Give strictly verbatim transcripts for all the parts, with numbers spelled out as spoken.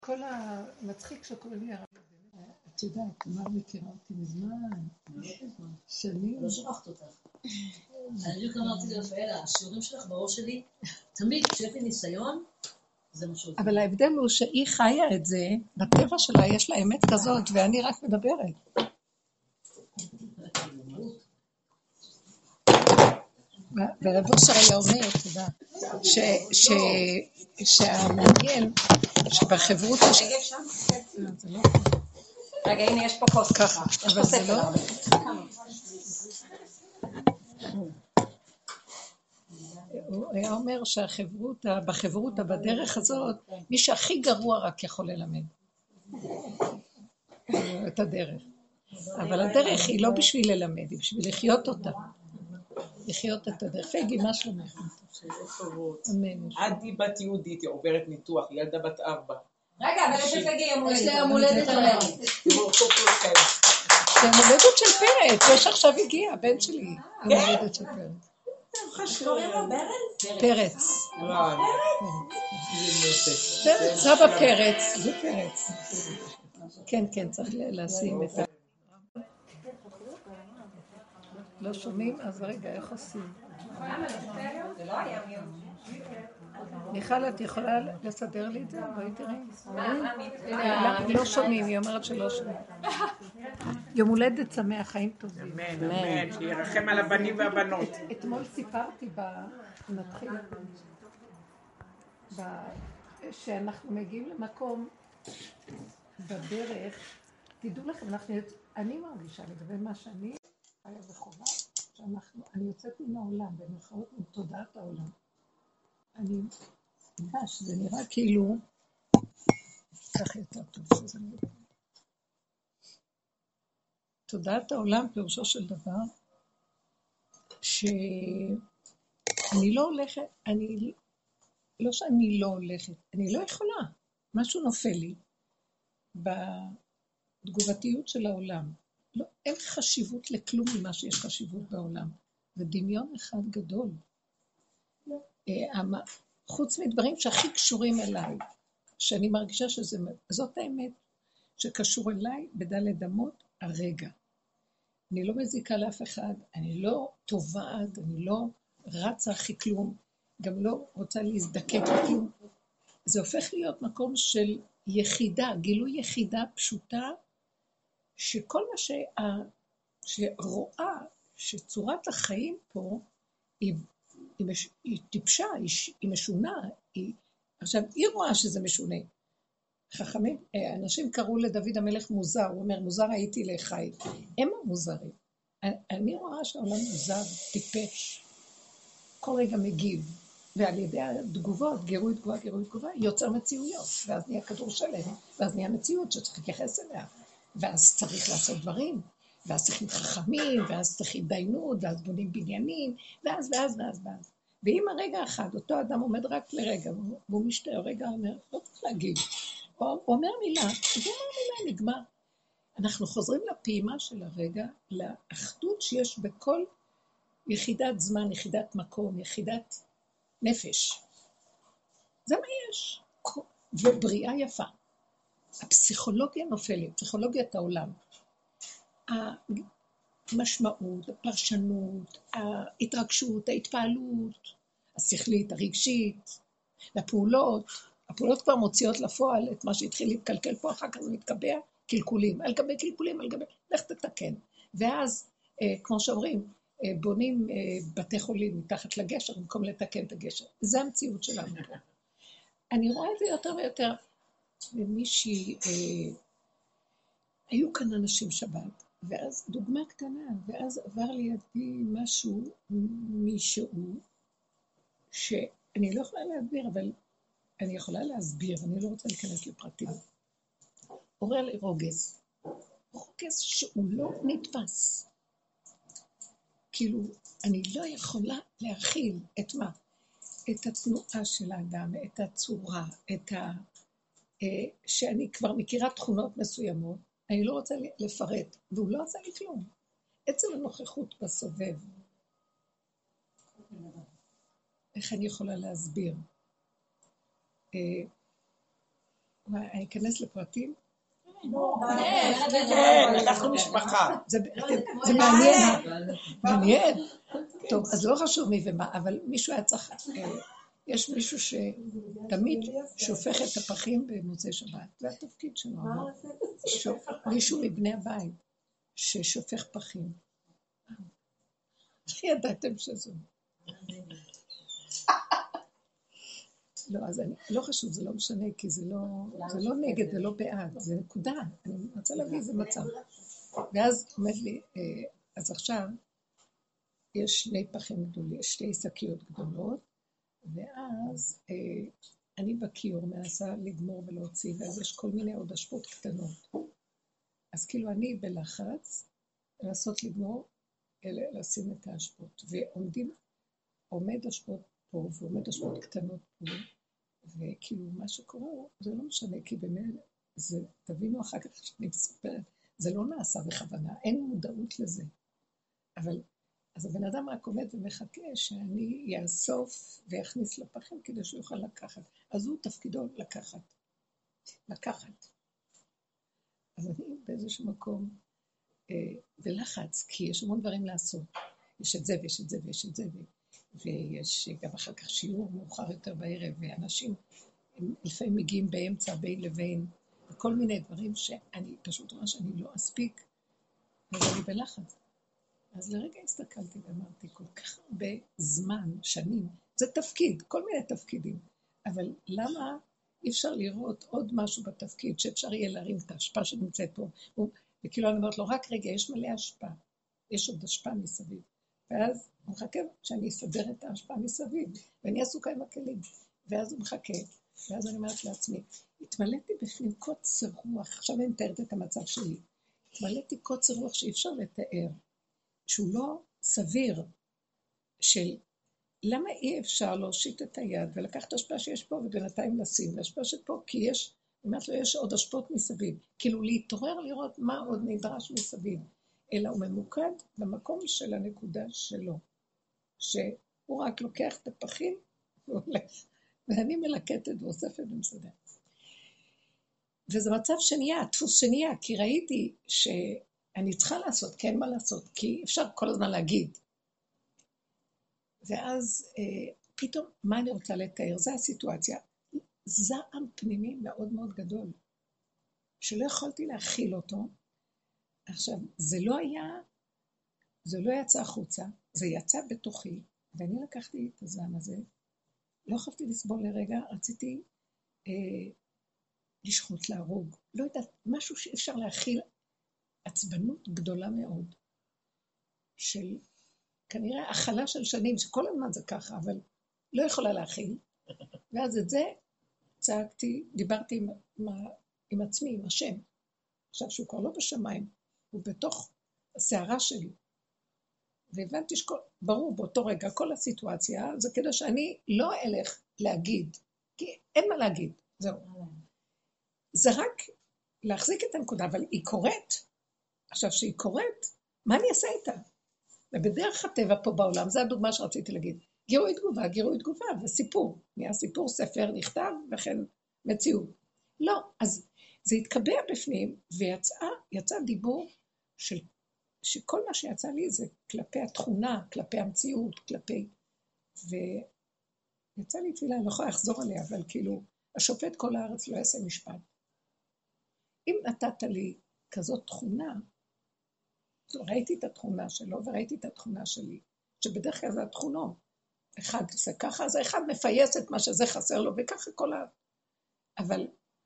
כל המצחיק שקורה לי הרב, את יודעת, תמר מכירה אותי מזמן, שנים. לא שכחת אותך. אני בדיוק אמרתי לרפאל, השיעורים שלך בראש שלי, תמיד כשיש לי ניסיון, זה מה שעושה. אבל ההבדל הוא שהיא חיה את זה, בטבע שלה יש לה אמת כזאת, ואני רק מדברת. ורב אושר היה אומר, תודה, שהמעניין, שבחברות... רגע, הנה יש פה כוס ככה, יש פה ספר. הוא היה אומר שהחברות, בחברות, בדרך הזאת, מי שהכי גרוע רק יכול ללמד את הדרך. אבל הדרך היא לא בשביל ללמד, היא בשביל לחיות אותה. לחיות את הדרך. פגי, מה שלומך? אמן. עדי בת יהודית, היא עוברת ניתוח, ילדה בת ארבע. רגע, אבל יש לפגי יום הולדת. יש לי יום הולדת עליהם. זה יום הולדת של פרץ, יש עכשיו הגיע, הבן שלי. יום הולדת של פרץ. קוראים לו ברל? פרץ. פרץ, סבא פרץ, זה פרץ. כן, כן, צריך לשים את ה... לא שומעים? אז רגע, איך עושים? מיכל, את יכולה לסדר לי את זה? בואי תראי. לא שומעים, היא אומרת שלא שומעים. יום הולדת שמח, חיים טובים. אמן, אמן, שירחם על הבנים והבנות. אתמול סיפרתי נתחיל שאנחנו מגיעים למקום בדרך, תדעו לכם, אני מרגישה לגבי מה שאני חיה וחובה, שאנחנו, אני יוצאת מן העולם, במרכאות מתודעת העולם. אני ממש, זה נראה כאילו, כך יותר טוב שזה נראה. תודעת העולם, פירושו של דבר, שאני לא הולכת, אני, לא שאני לא הולכת, אני לא יכולה, משהו נופל לי בתגובתיות של העולם. לא, אין חשיבות לכלום ממה שיש חשיבות בעולם. זה דמיון אחד גדול. חוץ מדברים שהכי קשורים אליי, שאני מרגישה שזאת האמת שקשור אליי בדלת אמות הרגע. אני לא מזיקה לאף אחד, אני לא טובעת, אני לא רצה הכי כלום, גם לא רוצה להזדקק לכלום. זה הופך להיות מקום של יחידה, גילוי יחידה פשוטה, שכל מה שה... שרואה שצורת החיים פה היא, היא, מש... היא טיפשה, היא, היא משונה, היא... עכשיו היא רואה שזה משונה. חכמים, אנשים קראו לדוד המלך מוזר, הוא אומר מוזר הייתי לחי, הם המוזרים. אני, אני רואה שהעולם מוזר, טיפש, כל רגע מגיב, ועל ידי התגובות, גירוי תגובה, גירוי תגובה, יוצר מציאויות, ואז נהיה כדור שלם, ואז נהיה מציאות שצריך להתייחס אליה. ואז צריך לעשות דברים, ואז צריכים חכמים, ואז צריך התדיינות, ואז בונים בניינים, ואז, ואז, ואז, ואז. ואם הרגע אחד, אותו אדם עומד רק לרגע, והוא משתה, הרגע אומר, לא צריך להגיד, הוא אומר מילה, הוא אומר מילה, נגמר. אנחנו חוזרים לפעימה של הרגע, לאחדות שיש בכל יחידת זמן, יחידת מקום, יחידת נפש. זה מה יש. ובריאה יפה. הפסיכולוגיה נופלת, פסיכולוגיית העולם. המשמעות, הפרשנות, ההתרגשות, ההתפעלות, השכלית, הרגשית, הפעולות, הפעולות כבר מוציאות לפועל את מה שהתחיל להתקלקל פה, אחר כך זה מתקבע, קלקולים, על גבי קלקולים, על גבי, לך תתקן. ואז, כמו שאומרים, בונים בתי חולים מתחת לגשר, במקום לתקן את הגשר. זה המציאות שלנו פה. אני רואה את זה יותר ויותר, ומישהי, אה, היו כאן אנשים שבת, ואז דוגמה קטנה, ואז עבר לידי משהו, מישהו, שאני לא יכולה להסביר, אבל אני יכולה להסביר, אני לא רוצה להיכנס לפרטים. עורר לי רוגז, רוגז שהוא לא נתפס. כאילו, אני לא יכולה להכיל את מה? את התנועה של האדם, את הצורה, את ה... שאני כבר מכירה תכונות מסוימות, אני לא רוצה לפרט, והוא לא עושה לי כלום. עצם הנוכחות בסובב. איך אני יכולה להסביר? הוא אני אכנס לפרטים? כן, אנחנו משפחה. זה מעניין, מעניין. טוב, אז לא חשוב מי ומה, אבל מישהו היה צריך, יש מישהו שתמיד שופך את הפחים במוצאי שבת, זה התפקיד שלו. מישהו מבני הבית ששופך פחים. איך ידעתם שזו? לא, אז אני, לא חשוב, זה לא משנה, כי זה לא, זה לא נגד, זה לא בעד, זה נקודה. אני רוצה להביא איזה מצב. ואז עומד לי, אז עכשיו, יש שני פחים גדולים, שתי שקיות גדולות, ואז אני בכיור מנסה לגמור ולהוציא, ואז יש כל מיני עוד השפעות קטנות. אז כאילו אני בלחץ, לנסות לגמור, לשים את ההשפעות. ועומדים, עומד השפעות פה, ועומד השפעות קטנות פה, וכאילו מה שקורה, זה לא משנה, כי באמת, זה, תבינו אחר כך שאני מספרת, זה לא נעשה בכוונה, אין מודעות לזה. אבל, אז הבן אדם רק עומד ומחכה שאני יאסוף ויכניס לפחים כדי שהוא יוכל לקחת. אז הוא תפקידו לקחת. לקחת. אז אני באיזשהו מקום אה, בלחץ, כי יש המון דברים לעשות. יש את זה ויש את זה ויש את זה, ויש גם אחר כך שיעור מאוחר יותר בערב, ואנשים הם לפעמים מגיעים באמצע בין לבין, וכל מיני דברים שאני פשוט רואה שאני לא אספיק, אז אני בלחץ. אז לרגע הסתכלתי ואמרתי, כל כך הרבה זמן, שנים, זה תפקיד, כל מיני תפקידים, אבל למה אי אפשר לראות עוד משהו בתפקיד, שאפשר יהיה להרים את ההשפעה שנמצאת פה, וכאילו אני אומרת לו, רק רגע, יש מלא השפעה, יש עוד השפעה מסביב, ואז הוא מחכה שאני אסדר את ההשפעה מסביב, ואני עסוקה עם הכלים, ואז הוא מחכה, ואז אני אומרת לעצמי, התמלאתי בפנים קוצר רוח, עכשיו אני מתארת את המצב שלי, התמלאתי קוצר רוח שאי אפשר לתאר, שהוא לא סביר, של למה אי אפשר להושיט את היד ולקח את ההשפעה שיש פה ובינתיים לשים, להשפעה שפה, כי יש, אומרת לו, יש עוד השפעות מסביב, כאילו להתעורר לראות מה עוד נדרש מסביב, אלא הוא ממוקד במקום של הנקודה שלו, שהוא רק לוקח את הפחים ואני מלקטת ואוספת ומסדר. וזה מצב שנהיה, דפוס שנהיה, כי ראיתי שאני צריכה לעשות, כן מה לעשות, כי אפשר כל הזמן להגיד. ואז אה, פתאום, מה אני רוצה לתאר? זו הסיטואציה. זעם פנימי מאוד מאוד גדול, שלא יכולתי להכיל אותו. עכשיו, זה לא היה, זה לא יצא החוצה, זה יצא בתוכי, ואני לקחתי את הזעם הזה, לא יכולתי לסבול לרגע, רציתי אה, לשחוט, להרוג, לא יודעת, משהו שאפשר להכיל, עצבנות גדולה מאוד, של כנראה החלה של שנים, שכל הזמן זה ככה, אבל לא יכולה להכיל, ואז את זה צעקתי, דיברתי עם, עם, עם עצמי, עם השם, עכשיו שהוא כבר לא בשמיים, הוא בתוך השערה שלי, והבנתי שכל, ברור באותו רגע, כל הסיטואציה, זה כדי שאני לא אלך להגיד, כי אין מה להגיד, זהו. זה רק להחזיק את הנקודה, אבל היא קורית. עכשיו שהיא קורית, מה אני אעשה איתה? ובדרך הטבע פה בעולם, זו הדוגמה שרציתי להגיד, גירוי תגובה, גירוי תגובה, זה סיפור. מהסיפור ספר נכתב, וכן מציאות. לא, אז זה התקבע בפנים, ויצא, יצא דיבור של, שכל מה שיצא לי זה כלפי התכונה, כלפי המציאות, כלפי, ויצא לי תפילה, אני לא יכולה לחזור עליה, אבל כאילו, השופט כל הארץ לא יעשה משפט. אם נתת לי כזאת תכונה, ראיתי את התכונה שלו וראיתי את התכונה שלי, שבדרך כלל זה התכונות. אחד עושה ככה, אז האחד מפייס את מה שזה חסר לו, וככה כל ה... אבל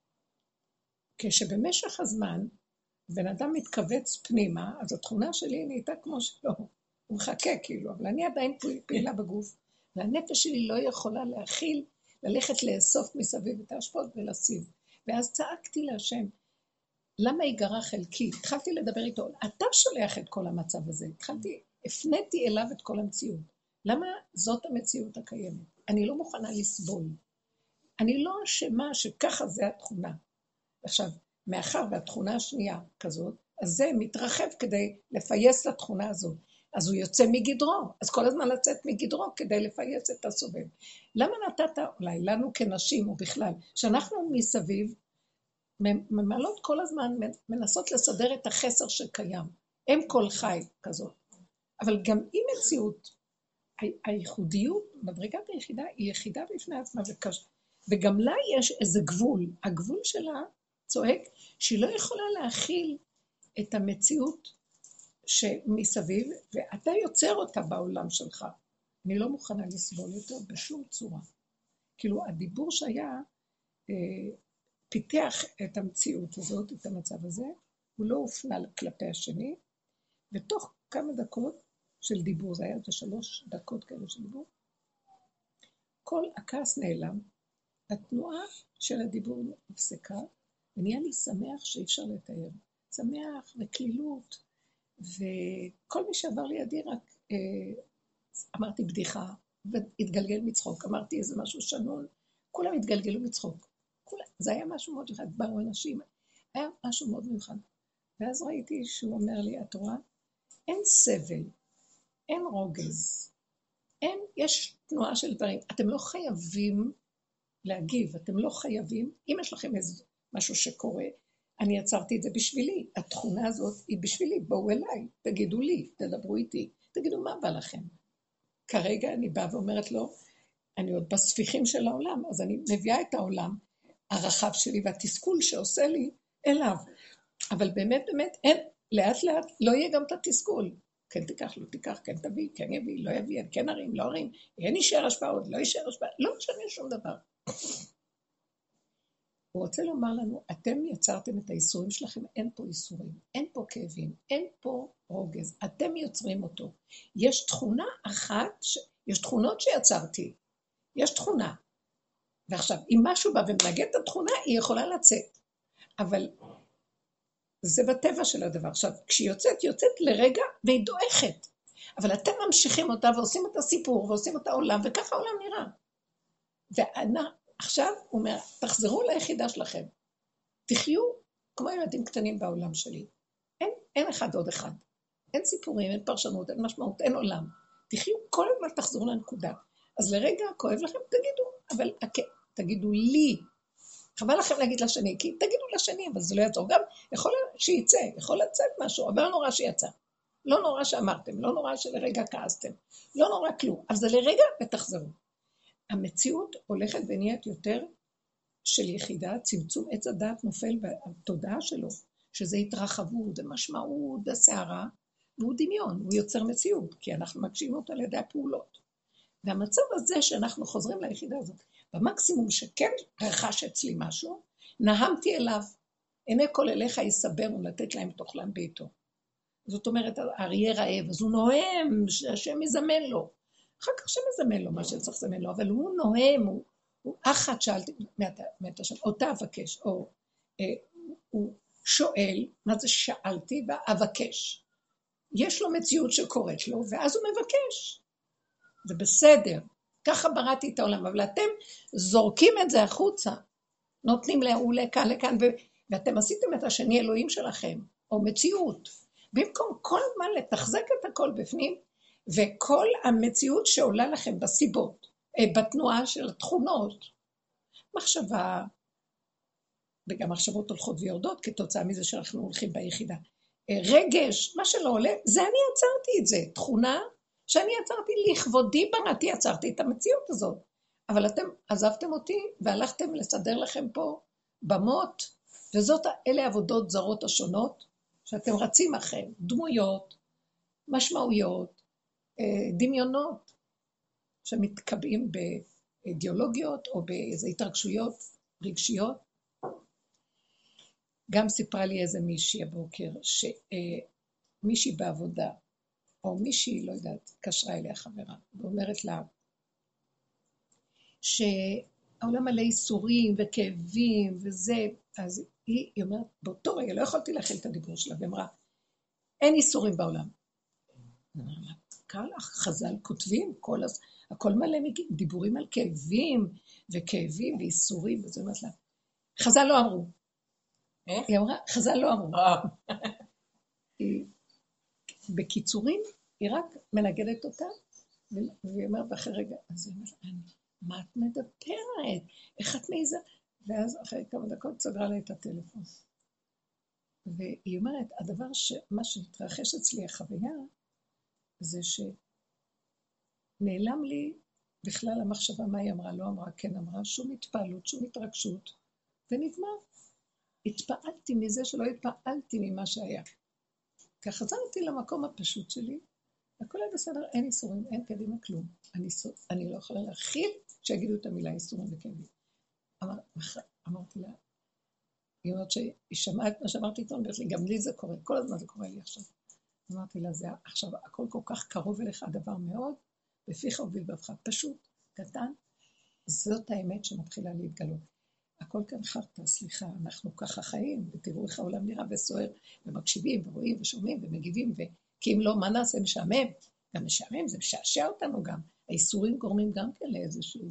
כשבמשך הזמן, בן אדם מתכווץ פנימה, אז התכונה שלי נהייתה כמו שלו. הוא מחכה כאילו, אבל אני עדיין פעילה בגוף, והנפש שלי לא יכולה להכיל, ללכת לאסוף מסביב את ההשפעות ולשים. ואז צעקתי להשם, למה ייגרע חלקי? התחלתי לדבר איתו, אתה שולח את כל המצב הזה, התחלתי, הפניתי אליו את כל המציאות. למה זאת המציאות הקיימת? אני לא מוכנה לסבול. אני לא אשמה שככה זה התכונה. עכשיו, מאחר והתכונה השנייה כזאת, אז זה מתרחב כדי לפייס לתכונה הזאת. אז הוא יוצא מגדרו, אז כל הזמן לצאת מגדרו כדי לפייס את הסובב. למה נתת, אולי לנו כנשים או בכלל, שאנחנו מסביב, ממלאות כל הזמן, מנסות לסדר את החסר שקיים. הם כל חי כזאת. אבל גם היא מציאות, הייחודיות, מדרגת היחידה, היא יחידה בפני עצמה, וקש... וגם לה יש איזה גבול. הגבול שלה צועק שהיא לא יכולה להכיל את המציאות שמסביב, ואתה יוצר אותה בעולם שלך. אני לא מוכנה לסבול יותר בשום צורה. כאילו הדיבור שהיה, אה, פיתח את המציאות הזאת, את המצב הזה, הוא לא הופנה כלפי השני, ותוך כמה דקות של דיבור, זה היה את השלוש דקות כאלה של דיבור, כל הכעס נעלם, התנועה של הדיבור נפסקה, ונהיה לי שמח שאי אפשר לתאר. שמח וכלילות, וכל מי שעבר לידי רק אה, אמרתי בדיחה, והתגלגל מצחוק, אמרתי איזה משהו שנון, כולם התגלגלו מצחוק. כולם, זה היה משהו מאוד מיוחד, באו אנשים, היה משהו מאוד מיוחד. ואז ראיתי שהוא אומר לי, את רואה, אין סבל, אין רוגז, אין, יש תנועה של דברים, אתם לא חייבים להגיב, אתם לא חייבים, אם יש לכם איזה משהו שקורה, אני יצרתי את זה בשבילי, התכונה הזאת היא בשבילי, בואו אליי, תגידו לי, תדברו איתי, תגידו מה בא לכם. כרגע אני באה ואומרת לו, אני עוד בספיחים של העולם, אז אני מביאה את העולם הרחב שלי והתסכול שעושה לי אליו. אבל באמת, באמת, אין, לאט לאט לא יהיה גם את התסכול. כן תיקח, לא תיקח, כן תביא, כן יביא, לא יביא, כן הרים, לא הרים, אין יישאר השפעה עוד, לא יישאר השפעה, לא משנה שום דבר. הוא רוצה לומר לנו, אתם יצרתם את האיסורים שלכם, אין פה איסורים, אין פה כאבים, אין פה רוגז, אתם יוצרים אותו. יש תכונה אחת, ש... יש תכונות שיצרתי, יש תכונה. ועכשיו, אם משהו בא ומנגד את התכונה, היא יכולה לצאת. אבל זה בטבע של הדבר. עכשיו, כשהיא יוצאת, היא יוצאת לרגע והיא דועכת. אבל אתם ממשיכים אותה ועושים את הסיפור ועושים את העולם, וככה העולם נראה. ואנה, עכשיו הוא אומר, תחזרו ליחידה שלכם. תחיו כמו ילדים קטנים בעולם שלי. אין, אין אחד עוד אחד. אין סיפורים, אין פרשנות, אין משמעות, אין עולם. תחיו כל הזמן, תחזרו לנקודה. אז לרגע כואב לכם, תגידו, אבל תגידו לי. חבל לכם להגיד לשני, כי תגידו לשני, אבל זה לא יעזור. גם יכול שיצא, יכול לצאת משהו, אבל לא נורא שיצא. לא נורא שאמרתם, לא נורא שלרגע כעסתם. לא נורא כלום, אבל זה לרגע ותחזרו. המציאות הולכת ונהיית יותר של יחידה, צמצום עץ הדעת נופל בתודעה שלו, שזה התרחבות, זה משמעות, זה שערה, והוא דמיון, הוא יוצר מציאות, כי אנחנו מקשיבים אותו על ידי הפעולות. והמצב הזה שאנחנו חוזרים ליחידה הזאת, במקסימום שכן רכש אצלי משהו, נהמתי אליו, עיני כל אליך יסברו לתת להם תאכלם ביתו. זאת אומרת, אריה רעב, אז הוא נוהם, שהשם יזמן לו. אחר כך השם יזמן לו מה שצריך לזמן לו, אבל הוא נוהם, הוא, הוא אחת שאלתי, מעט השם, אותה אבקש, או אה, הוא שואל, מה זה שאלתי, ואבקש. יש לו מציאות שקורית לו, ואז הוא מבקש. זה בסדר, ככה בראתי את העולם, אבל אתם זורקים את זה החוצה, נותנים להוא לכאן לכאן, ו... ואתם עשיתם את השני אלוהים שלכם, או מציאות. במקום כל הזמן לתחזק את הכל בפנים, וכל המציאות שעולה לכם בסיבות, בתנועה של התכונות, מחשבה, וגם מחשבות הולכות ויורדות, כתוצאה מזה שאנחנו הולכים ביחידה. רגש, מה שלא עולה, זה אני יצרתי את זה, תכונה שאני יצרתי לכבודי בראתי, יצרתי את המציאות הזאת. אבל אתם עזבתם אותי והלכתם לסדר לכם פה במות, וזאת אלה עבודות זרות השונות, שאתם רצים אחריהם, דמויות, משמעויות, דמיונות, שמתקבעים באידיאולוגיות או באיזה התרגשויות רגשיות. גם סיפרה לי איזה מישהי הבוקר, שמישהי בעבודה, או מישהי, לא יודעת, קשרה אליה חברה, ואומרת לה, שהעולם מלא איסורים וכאבים וזה, אז היא, היא אומרת, באותו רגע, לא יכולתי להכיל את הדיבור שלה, ואמרה, אין איסורים בעולם. קל לך, חז"ל כותבים, כל הז... הכל מלא דיבורים על כאבים, וכאבים ואיסורים, וזה אומרת לה, חז"ל לא אמרו. היא אמרה, חז"ל לא אמרו. היא, בקיצורים, היא רק מנגדת אותה, והיא אומרת אחרי רגע, אז היא אומרת, מה את מדברת? איך את מעיזה? ואז אחרי כמה דקות סגרה לה את הטלפון. והיא אומרת, הדבר שמה שהתרחש אצלי, החוויה, זה שנעלם לי בכלל המחשבה מה היא אמרה, לא אמרה, כן אמרה, שום התפעלות, שום התרגשות, ונגמר. התפעלתי מזה שלא התפעלתי ממה שהיה. כך חזרתי למקום הפשוט שלי, הכל היה בסדר, אין איסורים, אין קדימה כלום. אני, אני לא יכולה להכיל שיגידו את המילה איסורים וקדימה. אמר, אמרתי לה, היא אומרת שהיא שמעה את מה שאמרתי איתו, אמרת לי, גם לי זה קורה, כל הזמן זה קורה לי עכשיו. אמרתי לה, זה עכשיו הכל כל כך קרוב אליך, הדבר מאוד, בפיך ובלבבך, פשוט, קטן, זאת האמת שמתחילה להתגלות. הכל כאן חרטה, סליחה, אנחנו ככה חיים, ותראו איך העולם נראה וסוער, ומקשיבים ורואים ושומעים ומגיבים, ו... כי אם לא, מה נעשה משעמם? גם משעמם, זה משעשע אותנו גם. האיסורים גורמים גם כן לאיזשהו...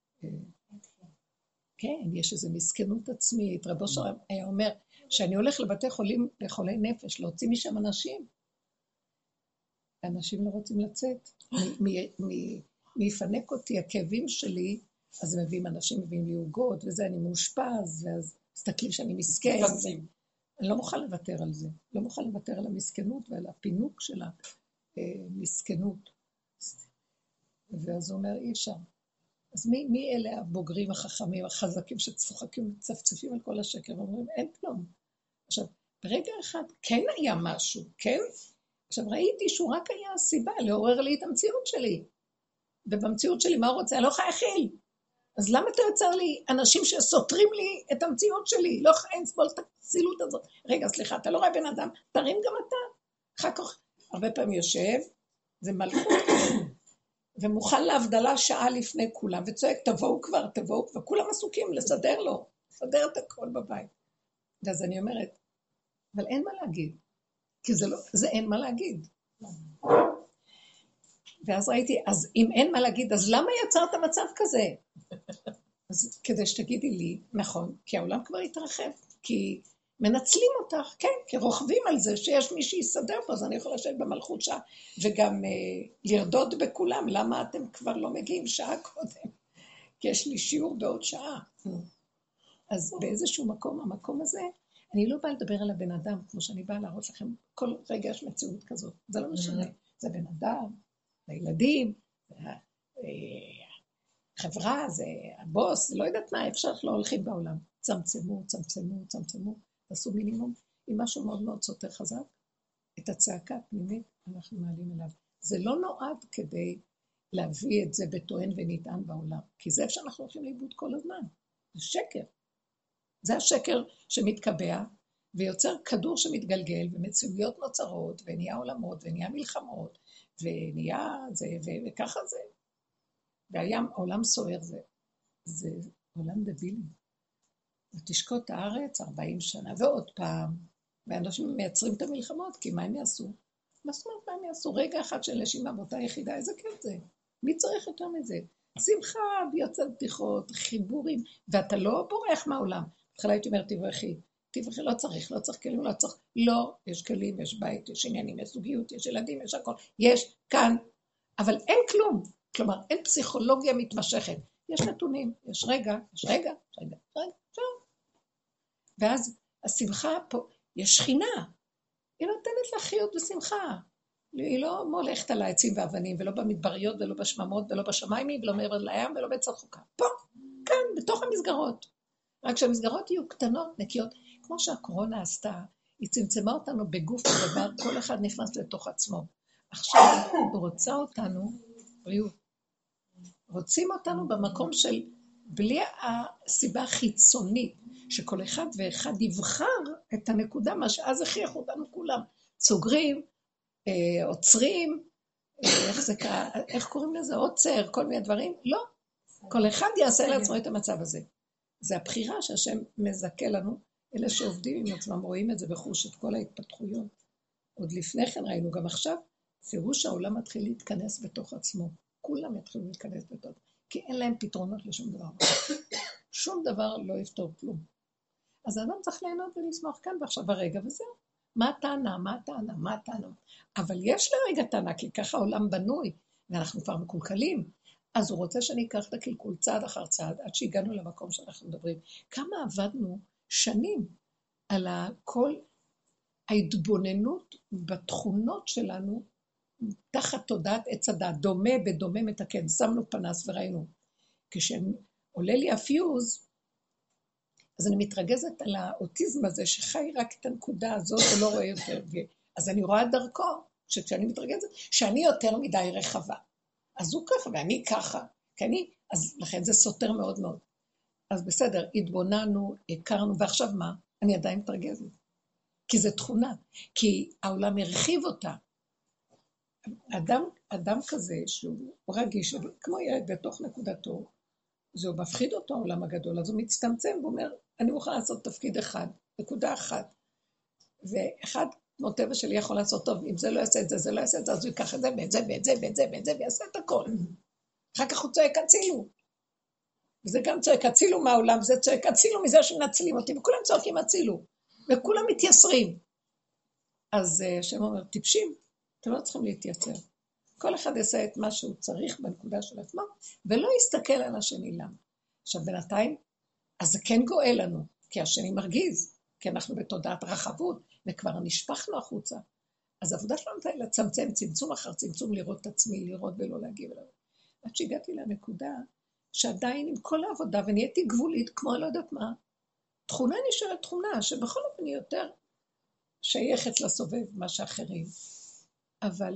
כן, יש איזו מסכנות עצמית. רבו שלום היה אומר, שאני הולך לבתי חולים, לחולי נפש, להוציא משם אנשים. האנשים לא רוצים לצאת. מי יפנק אותי, הכאבים שלי, אז מביאים אנשים, מביאים לי עוגות, וזה אני מאושפז, ואז מסתכלים שאני מסכן. אני לא מוכן לוותר על זה. לא מוכן לוותר על המסכנות ועל הפינוק של המסכנות. ואז הוא אומר, אי אפשר. אז מי, מי אלה הבוגרים החכמים, החזקים, שצוחקים וצפצפים על כל השקר, ואומרים, אין כלום. עכשיו, ברגע אחד כן היה משהו, כן? עכשיו, ראיתי שהוא רק היה הסיבה לעורר לי את המציאות שלי. ובמציאות שלי, מה הוא רוצה? אני לא יכולה להכיל. אז למה אתה יוצר לי אנשים שסותרים לי את המציאות שלי? לא יכולה לסבול את הצילות הזאת. רגע, סליחה, אתה לא רואה בן אדם, תרים גם אתה. אחר כך, הרבה פעמים יושב, זה מלכות, ומוכן להבדלה שעה לפני כולם, וצועק, תבואו כבר, תבואו, וכולם עסוקים לסדר לו, לסדר את הכל בבית. ואז אני אומרת, אבל אין מה להגיד, כי זה לא, זה אין מה להגיד. ואז ראיתי, אז אם אין מה להגיד, אז למה יצרת מצב כזה? אז כדי שתגידי לי, נכון, כי העולם כבר התרחב, כי מנצלים אותך, כן, כי רוכבים על זה שיש מי שיסדר פה, אז אני יכולה לשבת במלכות שעה, וגם אה, לרדות בכולם, למה אתם כבר לא מגיעים שעה קודם? כי יש לי שיעור בעוד שעה. אז באיזשהו מקום, המקום הזה, אני לא באה לדבר על הבן אדם, כמו שאני באה להראות לכם, כל רגע יש מציאות כזאת, זה לא משנה, זה בן אדם, זה הילדים, זה החברה, זה הבוס, זה לא יודעת מה, אפשר לא הולכים בעולם, צמצמו, צמצמו, צמצמו, תעשו מינימום, עם משהו מאוד מאוד סותר חזק, את הצעקה הפנימית אנחנו מעלים אליו. זה לא נועד כדי להביא את זה בטוען ונטען בעולם, כי זה אפשר אנחנו הולכים לאיבוד כל הזמן, זה שקר. זה השקר שמתקבע, ויוצר כדור שמתגלגל, ומציאויות נוצרות, ונהיה עולמות, ונהיה מלחמות, ונהיה זה, ו- וככה זה. והים, העולם סוער זה, זה עולם דבילי. ותשקוט הארץ ארבעים שנה, ועוד פעם, ואנשים מייצרים את המלחמות, כי מה הם יעשו? מה זאת אומרת, מה הם יעשו? רגע אחד של נשימה באותה יחידה, איזה כיף זה? מי צריך יותר מזה? שמחה, ביוצא בדיחות, חיבורים, ואתה לא בורח מהעולם. התחלה הייתי אומרת, תברכי, תברכי, לא צריך, לא צריך כלים, לא צריך, לא, יש כלים, יש בית, יש עניינים, יש זוגיות, יש ילדים, יש הכל, יש כאן, אבל אין כלום, כלומר, אין פסיכולוגיה מתמשכת, יש נתונים, יש רגע, יש רגע, רגע, רגע, רגע, ואז השמחה פה, יש שכינה, היא נותנת לה חיות ושמחה, היא לא מולכת על העצים ואבנים, ולא במדבריות, ולא בשממות, ולא בשמיים, ולא מעבר לים, ולא בצחוקה, פה, כאן, בתוך המסגרות, רק שהמסגרות יהיו קטנות, נקיות, כמו שהקורונה עשתה, היא צמצמה אותנו בגוף הדבר, כל אחד נכנס לתוך עצמו. עכשיו הוא רוצה אותנו, בריאות, רוצים אותנו במקום של, בלי הסיבה החיצונית, שכל אחד ואחד יבחר את הנקודה, מה שאז הכריח אותנו כולם, סוגרים, אה, עוצרים, אה, איך זה קרה, איך קוראים לזה, עוצר, כל מיני דברים, לא, כל אחד יעשה לעצמו את המצב הזה. זה הבחירה שהשם מזכה לנו, אלה שעובדים עם עצמם, רואים את זה בחוש, את כל ההתפתחויות. עוד לפני כן ראינו, גם עכשיו, תראו שהעולם מתחיל להתכנס בתוך עצמו. כולם יתחילו להתכנס בתוך, כי אין להם פתרונות לשום דבר. שום דבר לא יפתור כלום. אז האדם צריך ליהנות ולשמוח כאן ועכשיו הרגע, וזהו. מה הטענה, מה הטענה, מה הטענה? אבל יש לרגע טענה, כי ככה העולם בנוי, ואנחנו כבר מקולקלים. אז הוא רוצה שאני אקח את הקלקול צעד אחר צעד, עד שהגענו למקום שאנחנו מדברים. כמה עבדנו שנים על כל ההתבוננות בתכונות שלנו, תחת תודעת עץ הדת, דומה בדומה מתקן, שמנו פנס וראינו. כשעולה לי הפיוז, אז אני מתרגזת על האוטיזם הזה, שחי רק את הנקודה הזאת ולא רואה יותר. אז אני רואה דרכו, שכשאני מתרגזת, שאני יותר מדי רחבה. אז הוא ככה ואני ככה, כי אני, אז לכן זה סותר מאוד מאוד. אז בסדר, התבוננו, הכרנו, ועכשיו מה? אני עדיין מתרגזת. כי זה תכונה, כי העולם הרחיב אותה. אדם, אדם כזה שהוא רגיש, כמו ילד בתוך נקודתו, זה הוא מפחיד אותו העולם הגדול, אז הוא מצטמצם ואומר, אני מוכן לעשות תפקיד אחד, נקודה אחת. ואחד כמו טבע שלי יכול לעשות טוב, אם זה לא יעשה את זה, זה לא יעשה את זה, אז הוא ייקח את זה ואת זה ואת זה ואת זה ואת זה, ויעשה את הכל. אחר כך הוא צועק הצילו. וזה גם צועק הצילו מהעולם, זה צועק הצילו מזה שמנצלים אותי, וכולם צועקים הצילו. וכולם מתייסרים. אז השם אומר, טיפשים, אתם לא צריכים להתייצר. כל אחד יעשה את מה שהוא צריך בנקודה של עצמו, ולא יסתכל על השני למה. עכשיו בינתיים, אז זה כן גואל לנו, כי השני מרגיז, כי אנחנו בתודעת רחבות, וכבר נשפחנו החוצה. אז העבודה שלנו היא לצמצם, צמצום אחר צמצום, לראות את עצמי, לראות ולא להגיב אליו. עד שהגעתי לנקודה, שעדיין עם כל העבודה, ונהייתי גבולית, כמו לא יודעת מה, תכונה נשארת תכונה, שבכל אופן היא יותר שייכת לסובב מה שאחרים. אבל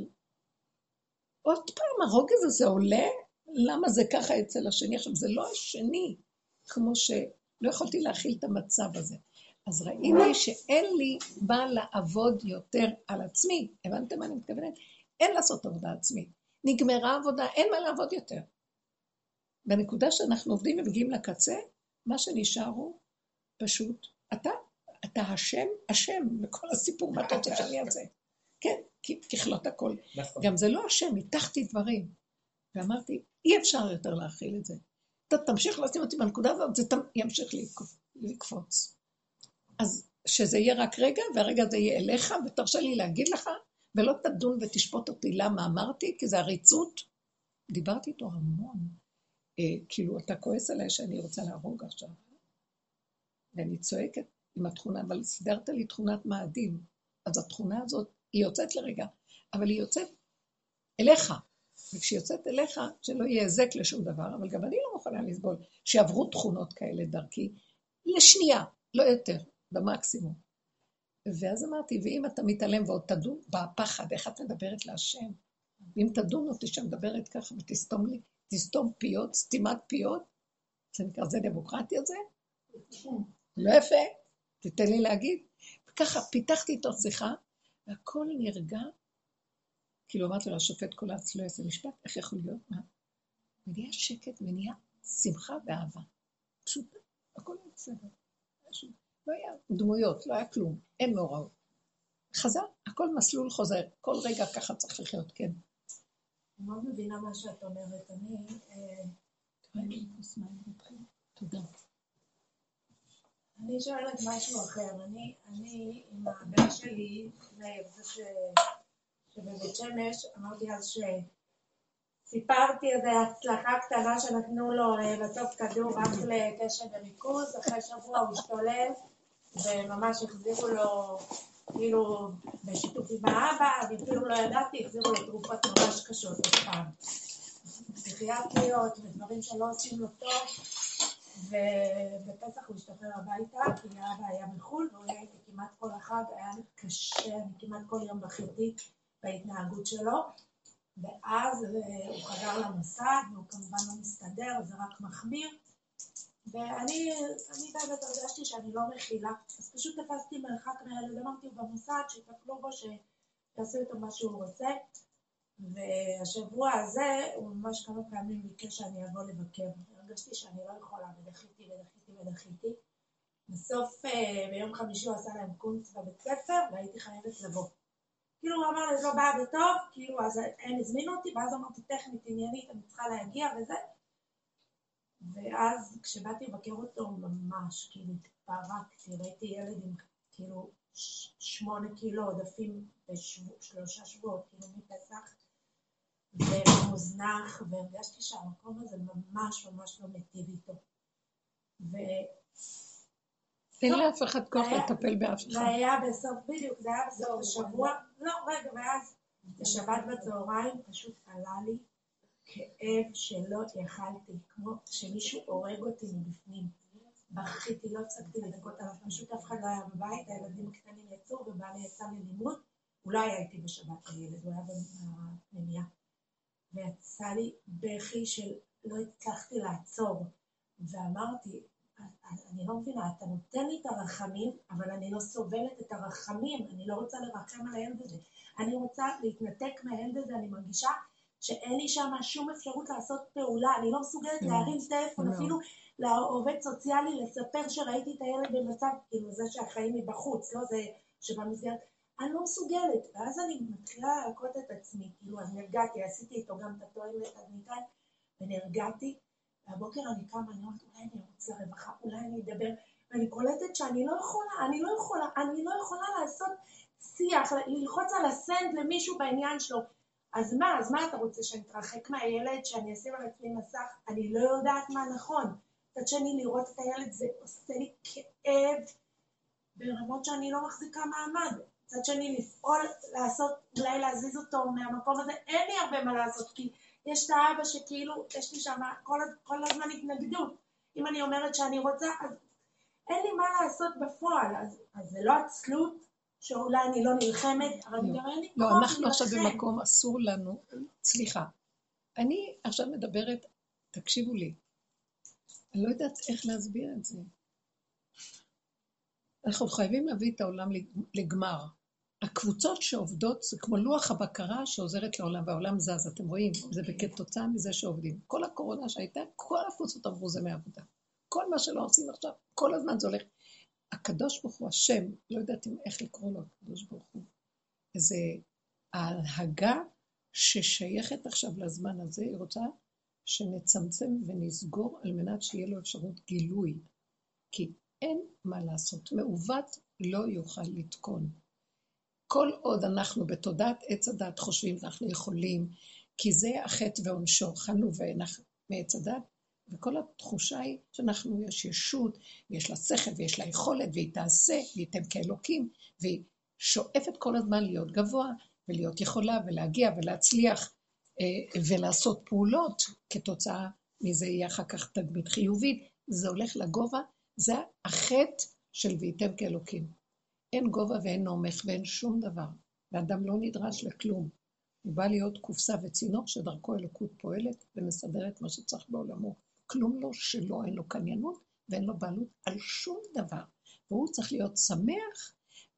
עוד פעם, הרוגז הזה עולה, למה זה ככה אצל השני? עכשיו, זה לא השני, כמו שלא יכולתי להכיל את המצב הזה. אז ראיתי שאין לי מה לעבוד יותר על עצמי. הבנתם מה אני מתכוונת? אין לעשות עבודה עצמית. נגמרה עבודה, אין מה לעבוד יותר. בנקודה שאנחנו עובדים ומגיעים לקצה, מה שנשאר הוא פשוט, אתה, אתה השם, השם, בכל הסיפור, מה אתה רוצה שאני אעשה? כן, ככלות הכל. נכון. גם זה לא השם, מתחתי דברים. ואמרתי, אי אפשר יותר להכיל את זה. אתה תמשיך לשים אותי בנקודה הזאת, זה ימשיך לקפוץ. אז שזה יהיה רק רגע, והרגע זה יהיה אליך, ותרשה לי להגיד לך, ולא תדון ותשפוט אותי למה אמרתי, כי זה הריצות. דיברתי איתו המון. אה, כאילו, אתה כועס עליי שאני רוצה להרוג עכשיו. ואני צועקת עם התכונה, אבל סדרת לי תכונת מאדים. אז התכונה הזאת, היא יוצאת לרגע, אבל היא יוצאת אליך. וכשהיא יוצאת אליך, שלא יהיה הזק לשום דבר, אבל גם אני לא מוכנה לסבול, שיעברו תכונות כאלה דרכי, לשנייה, לא יותר, במקסימום. ואז אמרתי, ואם אתה מתעלם ועוד תדון בפחד, איך את מדברת להשם? ואם תדון אותי שמדברת ככה ותסתום לי, תסתום פיות, סתימת פיות, זה נקרא, זה דמוקרטיה זה? לא יפה, תתן לי להגיד. וככה פיתחתי איתו שיחה, והכל נרגע, כאילו אמרתי לו, השופט כל אצלו איזה משפט, איך יכול להיות? מה? מניע שקט, מניע שמחה ואהבה. פשוט, הכל היה בסדר. לא היה דמויות, לא היה כלום, אין מאורעות. חזר, הכל מסלול חוזר, כל רגע ככה צריך לחיות, כן. אני מאוד מבינה מה שאת אומרת, אני... תודה. אני שואלת משהו אחר, אני, אני עם הבן שלי, זה ש... שבבית שמש, אמרתי אז שסיפרתי איזו הצלחה קטנה שנתנו לו בסוף כדור רק לקשב וריכוז, אחרי שבוע הוא השתולל וממש החזירו לו, כאילו בשיתוף עם האבא, ואפילו לא ידעתי, החזירו לו תרופות ממש קשות בפעם. פסיכיאטריות ודברים שלא עושים לו טוב, ובפסח הוא השתחרר הביתה, כי האבא היה בחול, והוא היה איתי כמעט כל החג, היה קשה, כמעט כל יום בכיתי בהתנהגות שלו, ואז הוא חזר למוסד, והוא כמובן לא מסתדר, זה רק מחמיר, ואני אני באמת הרגשתי שאני לא מכילה, אז פשוט תפסתי מרחק מהילד, אמרתי במוסד, שיטפלו בו, שיעשו איתו מה שהוא רוצה, והשבוע הזה הוא ממש כמה פעמים ביקש שאני אבוא לבקר, הרגשתי שאני לא יכולה, ודחיתי ודחיתי ודחיתי, בסוף ביום חמישי הוא עשה להם קונץ בבית ספר, והייתי חייבת לבוא. כאילו הוא אמר לי, לא באה בטוב, כאילו אז הם הזמינו אותי, ואז אמרתי טכנית עניינית, אני צריכה להגיע וזה. ואז כשבאתי לבקר אותו ממש, כאילו התפרקתי, ראיתי ילד עם כאילו שמונה קילו עודפים בשלושה שבועות, כאילו מפסח. ומוזנח, והרגשתי שהמקום הזה ממש ממש לא מטיב איתו. ו... אין לאף אחד כוח לטפל באף אחד. זה היה בסוף, בדיוק, זה היה בסוף השבוע, לא, רגע, ואז בשבת בצהריים פשוט עלה לי כאב שלא יכלתי, כמו שמישהו הורג אותי מבפנים. בכיתי, לא הפסקתי לדקות עליו, פשוט אף אחד לא היה בבית, הילדים הקטנים יצאו ובעלי יצא ללימוד, אולי הייתי בשבת הילד, הוא היה בפנימייה. ויצא לי בכי של לא הצלחתי לעצור, ואמרתי, אני לא מבינה, אתה נותן לי את הרחמים, אבל אני לא סובלת את הרחמים, אני לא רוצה לרחם על הילד הזה. אני רוצה להתנתק מהילד הזה, אני מרגישה שאין לי שם שום אפשרות לעשות פעולה, אני לא מסוגלת להרים טלפון, אפילו לעובד סוציאלי לספר שראיתי את הילד במצב, כאילו זה שהחיים מבחוץ, לא זה שבמסגרת, אני לא מסוגלת, ואז אני מתחילה להלקות את עצמי, כאילו אני נרגעתי, עשיתי איתו גם את הטועמת, אז ניתן, ונרגעתי, והבוקר אני קמה, אני אומרת, אולי אני רוצה לרווחה, אולי אני אדבר, ואני קולטת שאני לא יכולה, אני לא יכולה, אני לא יכולה לעשות שיח, ללחוץ על הסנד למישהו בעניין שלו. אז מה, אז מה אתה רוצה, שאני אתרחק מהילד, שאני אשים על עצמי מסך? אני לא יודעת מה נכון. קצת שאני לראות את הילד, זה עושה לי כאב, ברמות שאני לא מחזיקה מעמד. קצת שאני לפעול, לעשות, אולי להזיז אותו מהמקום הזה, אין לי הרבה מה לעשות, כי יש את האבא שכאילו, יש לי שם כל, כל הזמן התנגדות. אם אני אומרת שאני רוצה, אז אין לי מה לעשות בפועל. אז, אז זה לא עצלות, שאולי אני לא נלחמת, אבל גם אין לי כוח לא, נלחם. אנחנו עכשיו במקום, אסור לנו, סליחה, אני עכשיו מדברת, תקשיבו לי, אני לא יודעת איך להסביר את זה. אנחנו חייבים להביא את העולם לגמר. הקבוצות שעובדות זה כמו לוח הבקרה שעוזרת לעולם, והעולם זז, אתם רואים, זה כתוצאה מזה שעובדים. כל הקורונה שהייתה, כל הקבוצות עברו זה מעבודה. כל מה שלא עושים עכשיו, כל הזמן זה הולך. הקדוש ברוך הוא, השם, לא יודעת איך לקרוא לו, הקדוש ברוך הוא, זה ההנהגה ששייכת עכשיו לזמן הזה, היא רוצה שנצמצם ונסגור על מנת שיהיה לו אפשרות גילוי, כי אין מה לעשות, מעוות לא יוכל לתקון. כל עוד אנחנו בתודעת עץ הדת חושבים אנחנו יכולים, כי זה החטא ועונשו, חנו ואנחנו מעץ הדת, וכל התחושה היא שאנחנו יש ישות, ויש לה שכל ויש לה יכולת, והיא תעשה, והיא תהיה כאלוקים, והיא שואפת כל הזמן להיות גבוה, ולהיות יכולה, ולהגיע ולהצליח, ולעשות פעולות, כתוצאה מזה יהיה אחר כך תדמית חיובית, זה הולך לגובה, זה החטא של והייתם כאלוקים. אין גובה ואין נומך ואין שום דבר, ואדם לא נדרש לכלום. הוא בא להיות קופסה וצינור שדרכו אלוקות פועלת ומסדרת מה שצריך בעולמו. כלום לא שלו, אין לו קניינות ואין לו בעלות על שום דבר. והוא צריך להיות שמח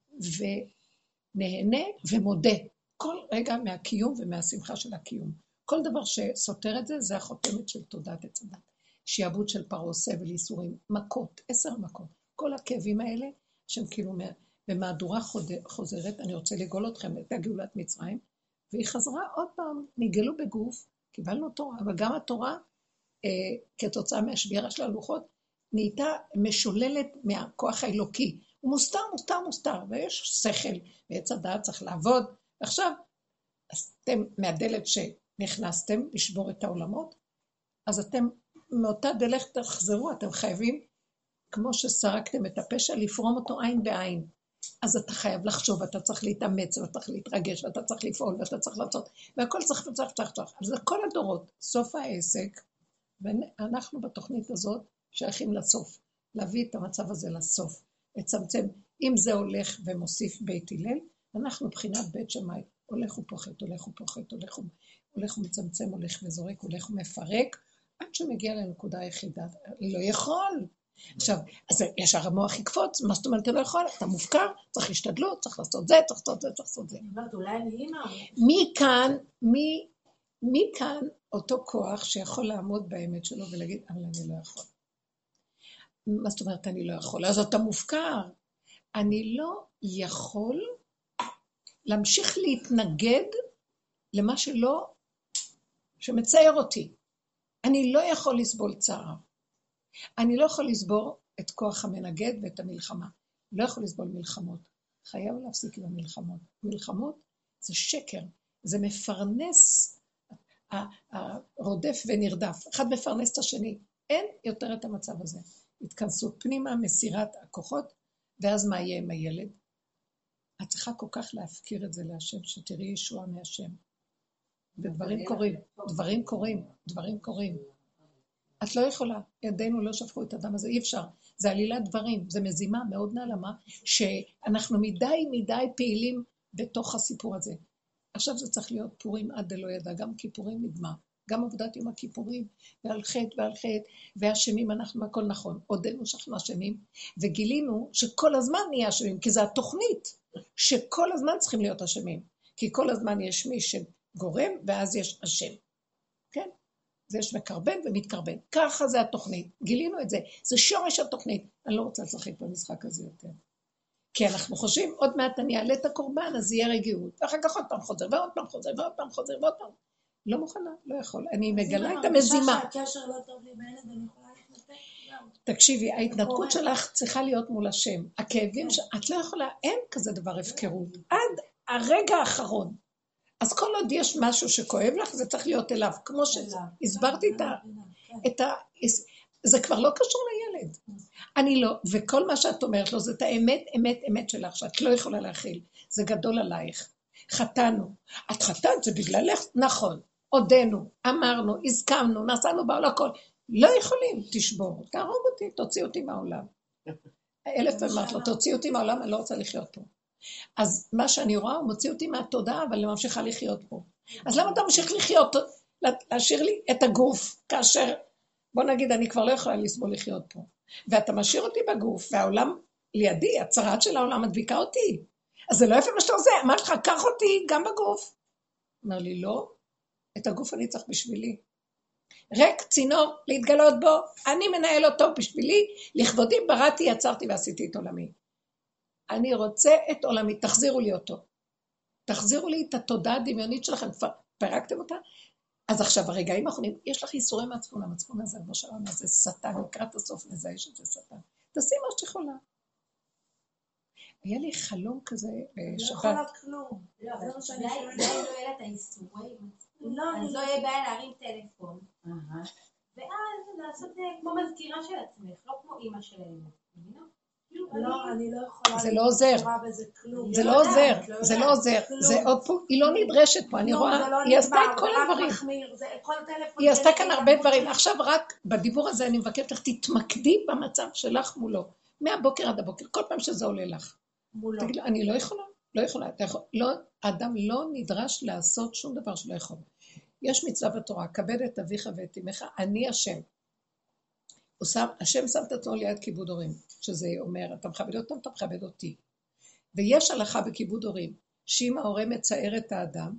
ונהנה ומודה כל רגע מהקיום ומהשמחה של הקיום. כל דבר שסותר את זה, זה החותמת של תודעת עץ הדת. שיעבוד של פרעה, סבל, ייסורים, מכות, עשר מכות. כל הכאבים האלה שהם כאילו במהדורה חוזרת, אני רוצה לגאול אתכם את הגאולת מצרים, והיא חזרה עוד פעם, נגלו בגוף, קיבלנו תורה, אבל גם התורה, אה, כתוצאה מהשבירה של הלוחות, נהייתה משוללת מהכוח האלוקי. הוא מוסתר, מוסתר, מוסתר, ויש שכל, ועץ הדעת צריך לעבוד. עכשיו, אז אתם מהדלת שנכנסתם לשבור את העולמות, אז אתם מאותה דלת תחזרו, אתם חייבים, כמו שסרקתם את הפשע, לפרום אותו עין בעין. אז אתה חייב לחשוב, אתה צריך להתאמץ, ואתה צריך להתרגש, ואתה צריך לפעול, ואתה צריך לעשות, והכל צריך וצריך, צריך, צריך. אז זה כל הדורות, סוף העסק, ואנחנו בתוכנית הזאת שייכים לסוף, להביא את המצב הזה לסוף, לצמצם, אם זה הולך ומוסיף בית הלל, אנחנו בחינת בית שמאי, הולך ופוחת, הולך ופוחת, הולך, הולך ומצמצם, הולך וזורק, הולך ומפרק, עד שמגיע לנקודה היחידה, לא יכול. עכשיו, אז ישר המוח יקפוץ, מה זאת אומרת, אתה לא יכול, אתה מופקר, צריך להשתדלות, צריך לעשות זה, צריך לעשות זה, צריך לעשות זה. אני אומרת, אולי אני אימא. מי כאן, מי, מי כאן אותו כוח שיכול לעמוד באמת שלו ולהגיד, אבל אני לא יכול. מה זאת אומרת, אני לא יכול? אז אתה מופקר. אני לא יכול להמשיך להתנגד למה שלא, שמצייר אותי. אני לא יכול לסבול צער. אני לא יכול לסבור את כוח המנגד ואת המלחמה. לא יכול לסבול מלחמות. חייב להפסיק עם המלחמות. מלחמות זה שקר. זה מפרנס הרודף ונרדף, אחד מפרנס את השני, אין יותר את המצב הזה. התכנסות פנימה, מסירת הכוחות, ואז מה יהיה עם הילד? את צריכה כל כך להפקיר את זה להשם, שתראי ישועה מהשם. ודברים קורים, דברים קורים, דברים קורים. את לא יכולה, ידינו לא שפכו את הדם הזה, אי אפשר. זה עלילת דברים, זה מזימה מאוד נעלמה, שאנחנו מדי מדי פעילים בתוך הסיפור הזה. עכשיו זה צריך להיות פורים עד דלא ידע, גם כיפורים נגמר, גם עבודת יום הכיפורים, ועל חטא ועל חטא, והשמים אנחנו, הכל נכון, עודנו שאנחנו אשמים, וגילינו שכל הזמן נהיה אשמים, כי זה התוכנית, שכל הזמן צריכים להיות אשמים, כי כל הזמן יש מי שגורם, ואז יש אשם, כן? זה יש מקרבן ומתקרבן, ככה זה התוכנית, גילינו את זה, זה שורש התוכנית, אני לא רוצה לשחק במשחק הזה יותר. כי אנחנו חושבים, עוד מעט אני אעלה את הקורבן, אז יהיה רגיעות, ואחר כך עוד פעם חוזר, ועוד פעם חוזר, ועוד פעם חוזר, ועוד פעם. לא מוכנה, לא יכול. אני מגלה את המזימה. שהקשר לא טוב לי בילד, אני יכולה להתנתק. תקשיבי, ההתנתקות שלך צריכה להיות מול השם. הכאבים שאת לא יכולה, אין כזה דבר הפקרות. עד הרגע האחרון. אז כל עוד יש משהו שכואב לך, זה צריך להיות אליו. כמו שהסברתי את ה... זה כבר לא קשור לילד. אני לא, וכל מה שאת אומרת לו, זה את האמת, אמת, אמת שלך, שאת לא יכולה להכיל. זה גדול עלייך. חתנו. את חתנת, זה בגללך? נכון. עודנו, אמרנו, הסכמנו, נסענו בעולם הכל. לא יכולים, תשבור. תהרוג אותי, תוציא אותי מהעולם. אלף אמרת לו, תוציא אותי מהעולם, אני לא רוצה לחיות פה. אז מה שאני רואה, הוא מוציא אותי מהתודעה, אבל אני ממשיכה לחיות פה. אז למה אתה ממשיך לחיות? להשאיר לי את הגוף, כאשר... בוא נגיד, אני כבר לא יכולה לסבול לחיות פה. ואתה משאיר אותי בגוף, והעולם לידי, הצרת של העולם מדביקה אותי. אז זה לא יפה מה שאתה עושה, אמרת לך, קח אותי גם בגוף. אומר לי, לא, את הגוף אני צריך בשבילי. רק צינור להתגלות בו, אני מנהל אותו בשבילי, לכבודי בראתי, יצרתי ועשיתי את עולמי. אני רוצה את עולמי, תחזירו לי אותו. תחזירו לי את התודעה הדמיונית שלכם, כבר פרקתם אותה? אז עכשיו, הרגעים האחרונים, יש לך ייסורי מצפון, המצפון הזה, כמו שאמרנו, זה שטן, לקראת הסוף נזהה שזה שטן. תעשי מה שתכולה. היה לי חלום כזה בשבת. לא יכולה כלום. לא, אבל אולי לא יהיה לה את הייסורי מצפון, אז לא יהיה בעיה להרים טלפון. ואז לעשות כמו מזכירה של עצמך, לא כמו אימא שלהם. לא, אני לא יכולה... זה לא עוזר. זה לא עוזר, זה לא עוזר. זה עוד פה, היא לא נדרשת פה, אני רואה, היא עשתה את כל הדברים. היא עשתה כאן הרבה דברים. עכשיו רק בדיבור הזה אני מבקשת לך, תתמקדי במצב שלך מולו. מהבוקר עד הבוקר, כל פעם שזה עולה לך. תגיד לה, אני לא יכולה, לא יכולה. האדם לא נדרש לעשות שום דבר שלא יכול. יש מצווה בתורה, כבד את אביך ואת אמך, אני השם. השם שם את עצמו ליד כיבוד הורים, שזה אומר, אתה מכבד אותם, אתה מכבד אותי. ויש הלכה בכיבוד הורים, שאם ההורה מצער את האדם,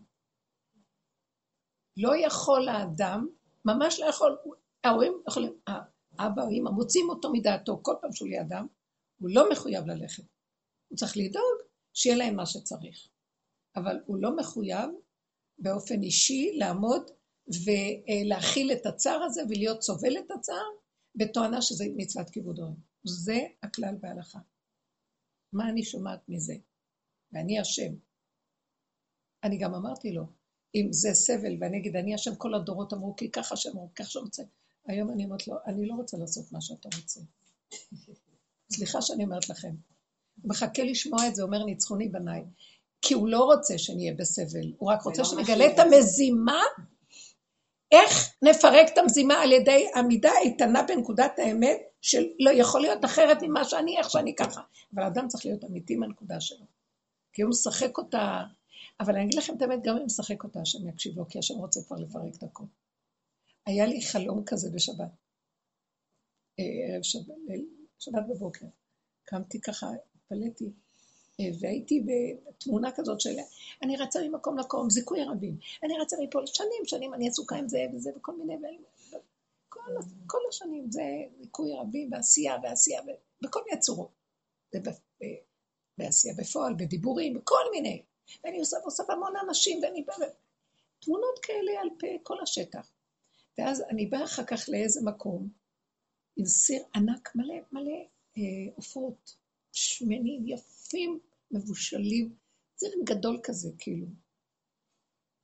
לא יכול האדם, ממש לא יכול, ההורים יכולים, האבא או אמא מוצאים אותו מדעתו, כל פעם שהוא לידם, הוא לא מחויב ללכת. הוא צריך לדאוג שיהיה להם מה שצריך. אבל הוא לא מחויב באופן אישי לעמוד ולהכיל את הצער הזה ולהיות סובל את הצער, בתואנה שזה מצוות כיבוד הורים. זה הכלל בהלכה. מה אני שומעת מזה? ואני השם. אני גם אמרתי לו, אם זה סבל, ואני אגיד, אני השם, כל הדורות אמרו, כי ככה השם אמרו, ככה שאני רוצה. היום אני אומרת לו, אני לא רוצה לעשות מה שאתה רוצה. סליחה שאני אומרת לכם. הוא מחכה לשמוע את זה, אומר ניצחוני בניי. כי הוא לא רוצה שנהיה בסבל, הוא רק רוצה שנגלה את המזימה, איך נפרק את המזימה על ידי עמידה איתנה בנקודת האמת, שלא יכול להיות אחרת ממה שאני, איך שאני ככה. אבל האדם צריך להיות אמיתי מהנקודה שלו. כי הוא משחק אותה, אבל אני אגיד לכם את האמת, גם אם משחק אותה, השם יקשיב לו, כי השם רוצה כבר לפרק את הכל. היה לי חלום כזה בשבת. ערב שבת, שבת בבוקר. קמתי ככה, פלטי, והייתי בתמונה כזאת של, אני רצה ממקום לקום, זיכוי רבים, אני רצה מפה שנים, שנים, אני עסוקה עם זה וזה וכל מיני, כל, כל השנים זה זיכוי רבים, בעשייה, בעשייה, בכל מיני צורות, בעשייה בפועל, בדיבורים, בכל מיני, ואני עושה ועושה המון אנשים, ואני באה, תמונות כאלה על פה כל השטח, ואז אני באה אחר כך לאיזה מקום, עם סיר ענק מלא, מלא עופות, שמנים, יפים, מבושלים, סיר גדול כזה, כאילו.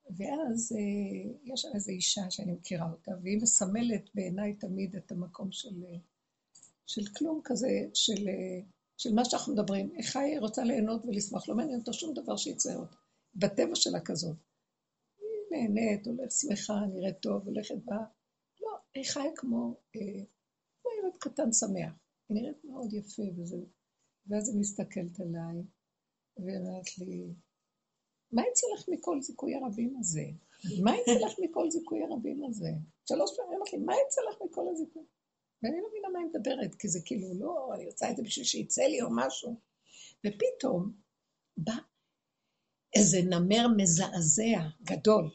ואז יש איזו אישה שאני מכירה אותה, והיא מסמלת בעיניי תמיד את המקום של, של כלום כזה, של, של מה שאנחנו מדברים. איך היא רוצה ליהנות ולשמח, לא מעניין אותה שום דבר שיצא אותה, בטבע שלה כזאת. היא נהנית, הולכת שמחה, נראית טוב, הולכת בה. לא, היא חיה כמו, אה, כמו ילד קטן שמח. היא נראית מאוד יפה וזה. ואז היא מסתכלת עליי, ואומרת לי, מה יצא לך מכל זיכוי הרבים הזה? מה יצא לך מכל זיכוי הרבים הזה? שלוש פעמים אמרתי לי, מה יצא לך מכל הזיכוי? ואני לא מבינה מה היא מדברת, כי זה כאילו לא, אני רוצה את זה בשביל שיצא לי או משהו. ופתאום בא איזה נמר מזעזע, גדול.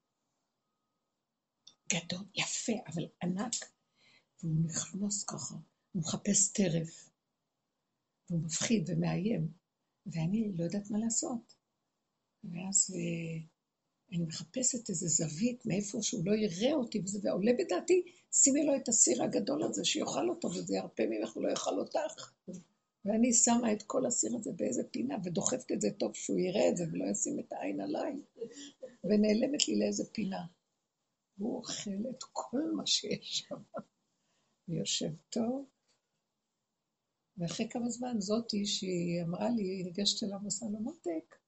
גדול, יפה, אבל ענק. והוא נכנס ככה, הוא מחפש טרף. והוא מפחיד ומאיים. ואני לא יודעת מה לעשות. ואז אני מחפשת איזה זווית מאיפה שהוא לא יראה אותי, וזה ועולה בדעתי, שימי לו את הסיר הגדול הזה שיוכל אותו, וזה ירפה ממך, הוא לא יאכל אותך. ואני שמה את כל הסיר הזה באיזה פינה, ודוחפת את זה טוב שהוא יראה את זה, ולא ישים את העין עליי, ונעלמת לי לאיזה פינה. הוא אוכל את כל מה שיש שם, ויושב טוב. ואחרי כמה זמן זאתי שהיא אמרה לי, היא ניגשת אליו ועושה לו מותק,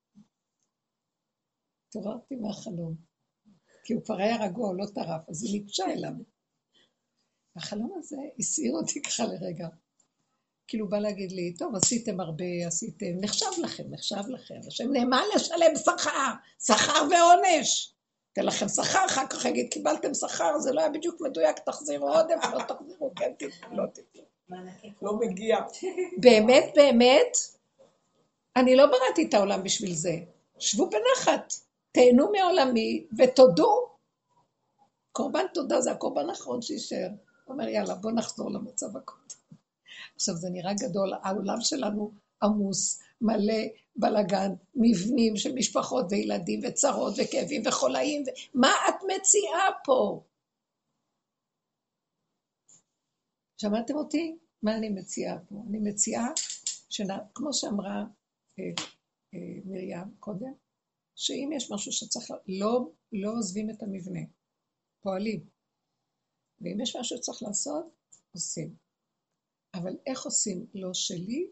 תוררתי מהחלום, כי הוא כבר היה רגוע, לא טרף, אז היא ניגשה אליו. החלום הזה הסעיר אותי ככה לרגע. כאילו הוא בא להגיד לי, טוב, עשיתם הרבה, עשיתם, נחשב לכם, נחשב לכם. השם נאמן לשלם שכר, שכר ועונש. תן לכם שכר, אחר כך יגיד, קיבלתם שכר, זה לא היה בדיוק מדויק, תחזירו עודף, לא תחזירו, כן תתנו, לא תתנו. לא מגיע. באמת, באמת, אני לא בראתי את העולם בשביל זה. שבו בנחת, תהנו מעולמי ותודו. קורבן תודה זה הקורבן האחרון שישאר. הוא אומר, יאללה, בוא נחזור למצב הקודם. עכשיו זה נראה גדול, העולם שלנו עמוס, מלא בלגן, מבנים של משפחות וילדים וצרות וכאבים וחולאים. ו... מה את מציעה פה? שמעתם אותי? מה אני מציעה פה? אני מציעה, שנה, כמו שאמרה אה, אה, מרים קודם, שאם יש משהו שצריך, לא, לא עוזבים את המבנה, פועלים. ואם יש משהו שצריך לעשות, עושים. אבל איך עושים? לא שלי,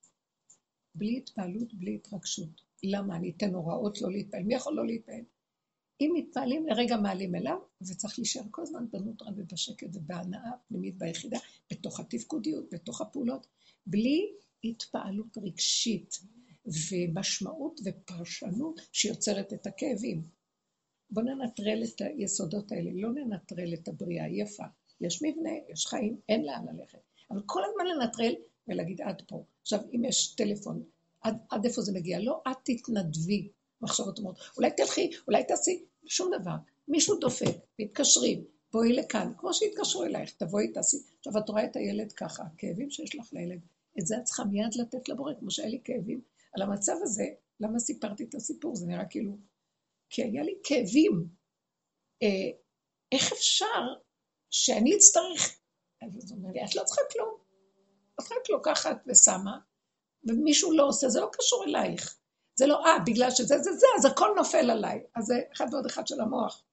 בלי התפעלות, בלי התרגשות. למה? אני אתן הוראות לא להתפעל. מי יכול לא להתפעל? אם מתפעלים, לרגע מעלים אליו, וצריך להישאר כל הזמן בנוטרה ובשקט ובהנאה פנימית ביחידה, בתוך התפקודיות, בתוך הפעולות, בלי התפעלות רגשית ומשמעות ופרשנות שיוצרת את הכאבים. בוא ננטרל את היסודות האלה, לא ננטרל את הבריאה, יפה. יש מבנה, יש חיים, אין לאן ללכת. אבל כל הזמן לנטרל ולהגיד עד פה. עכשיו, אם יש טלפון, עד, עד איפה זה מגיע? לא, את תתנדבי. מחשבות אומרות, אולי תלכי, אולי תעשי, שום דבר. מישהו דופק, מתקשרים, בואי לכאן, כמו שהתקשרו אלייך, תבואי, תעשי. עכשיו, את רואה את הילד ככה, הכאבים שיש לך לילד, את זה את צריכה מיד לתת לבורא, כמו שהיה לי כאבים. על המצב הזה, למה סיפרתי את הסיפור? זה נראה כאילו, כי היה לי כאבים. אה, איך אפשר שאני אצטרך, אז הוא אומר לי, את לא צריכה כלום. את רק לוקחת ושמה, ומישהו לא עושה, זה לא קשור אלייך. זה לא, אה, בגלל שזה זה זה, אז הכל נופל עליי. אז זה אחד ועוד אחד של המוח.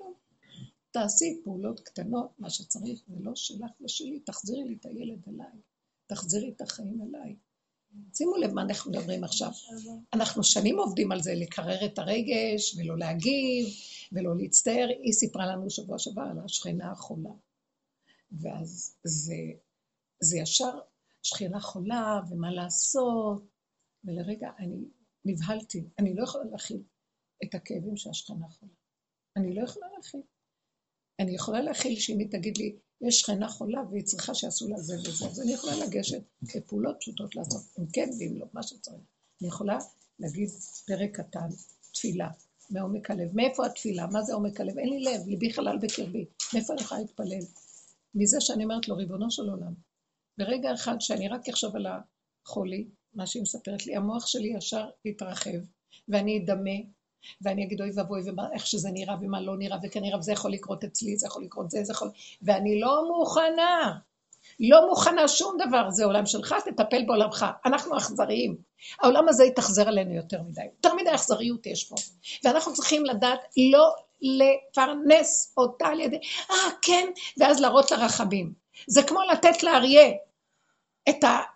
תעשי פעולות קטנות, מה שצריך, ולא שלך ושלי, תחזירי לי את הילד אליי. תחזירי את החיים אליי. שימו לב מה אנחנו מדברים עכשיו. אנחנו שנים עובדים על זה, לקרר את הרגש, ולא להגיב, ולא להצטער. היא סיפרה לנו שבוע שבוע על השכינה החולה. ואז זה, זה ישר שכינה חולה, ומה לעשות. ולרגע אני נבהלתי. אני לא יכולה להכיל את הכאבים שהשכינה חולה. אני לא יכולה להכיל. אני יכולה להכיל שאם היא תגיד לי, יש שכינה חולה והיא צריכה שיעשו לה זה וזה, אז אני יכולה לגשת לפעולות פשוטות לעשות, אם כן ואם לא, מה שצריך. אני יכולה להגיד פרק קטן, תפילה, מעומק הלב. מאיפה התפילה? מה זה עומק הלב? אין לי לב, ליבי חלל בקרבי. מאיפה אני יכולה להתפלל? מזה שאני אומרת לו, ריבונו של עולם. ברגע אחד שאני רק אחשוב על החולי, מה שהיא מספרת לי, המוח שלי ישר יתרחב, ואני אדמה, ואני אגיד אוי ובוי, ואיך שזה נראה ומה לא נראה, וכנראה וזה יכול לקרות אצלי, זה יכול לקרות זה, זה יכול... ואני לא מוכנה. לא מוכנה שום דבר, זה עולם שלך, תטפל בעולמך. אנחנו אכזריים. העולם הזה יתחזר עלינו יותר מדי. יותר מדי אכזריות יש פה. ואנחנו צריכים לדעת לא לפרנס אותה על ידי, אה, כן, ואז להראות לרחבים. זה כמו לתת לאריה את ה...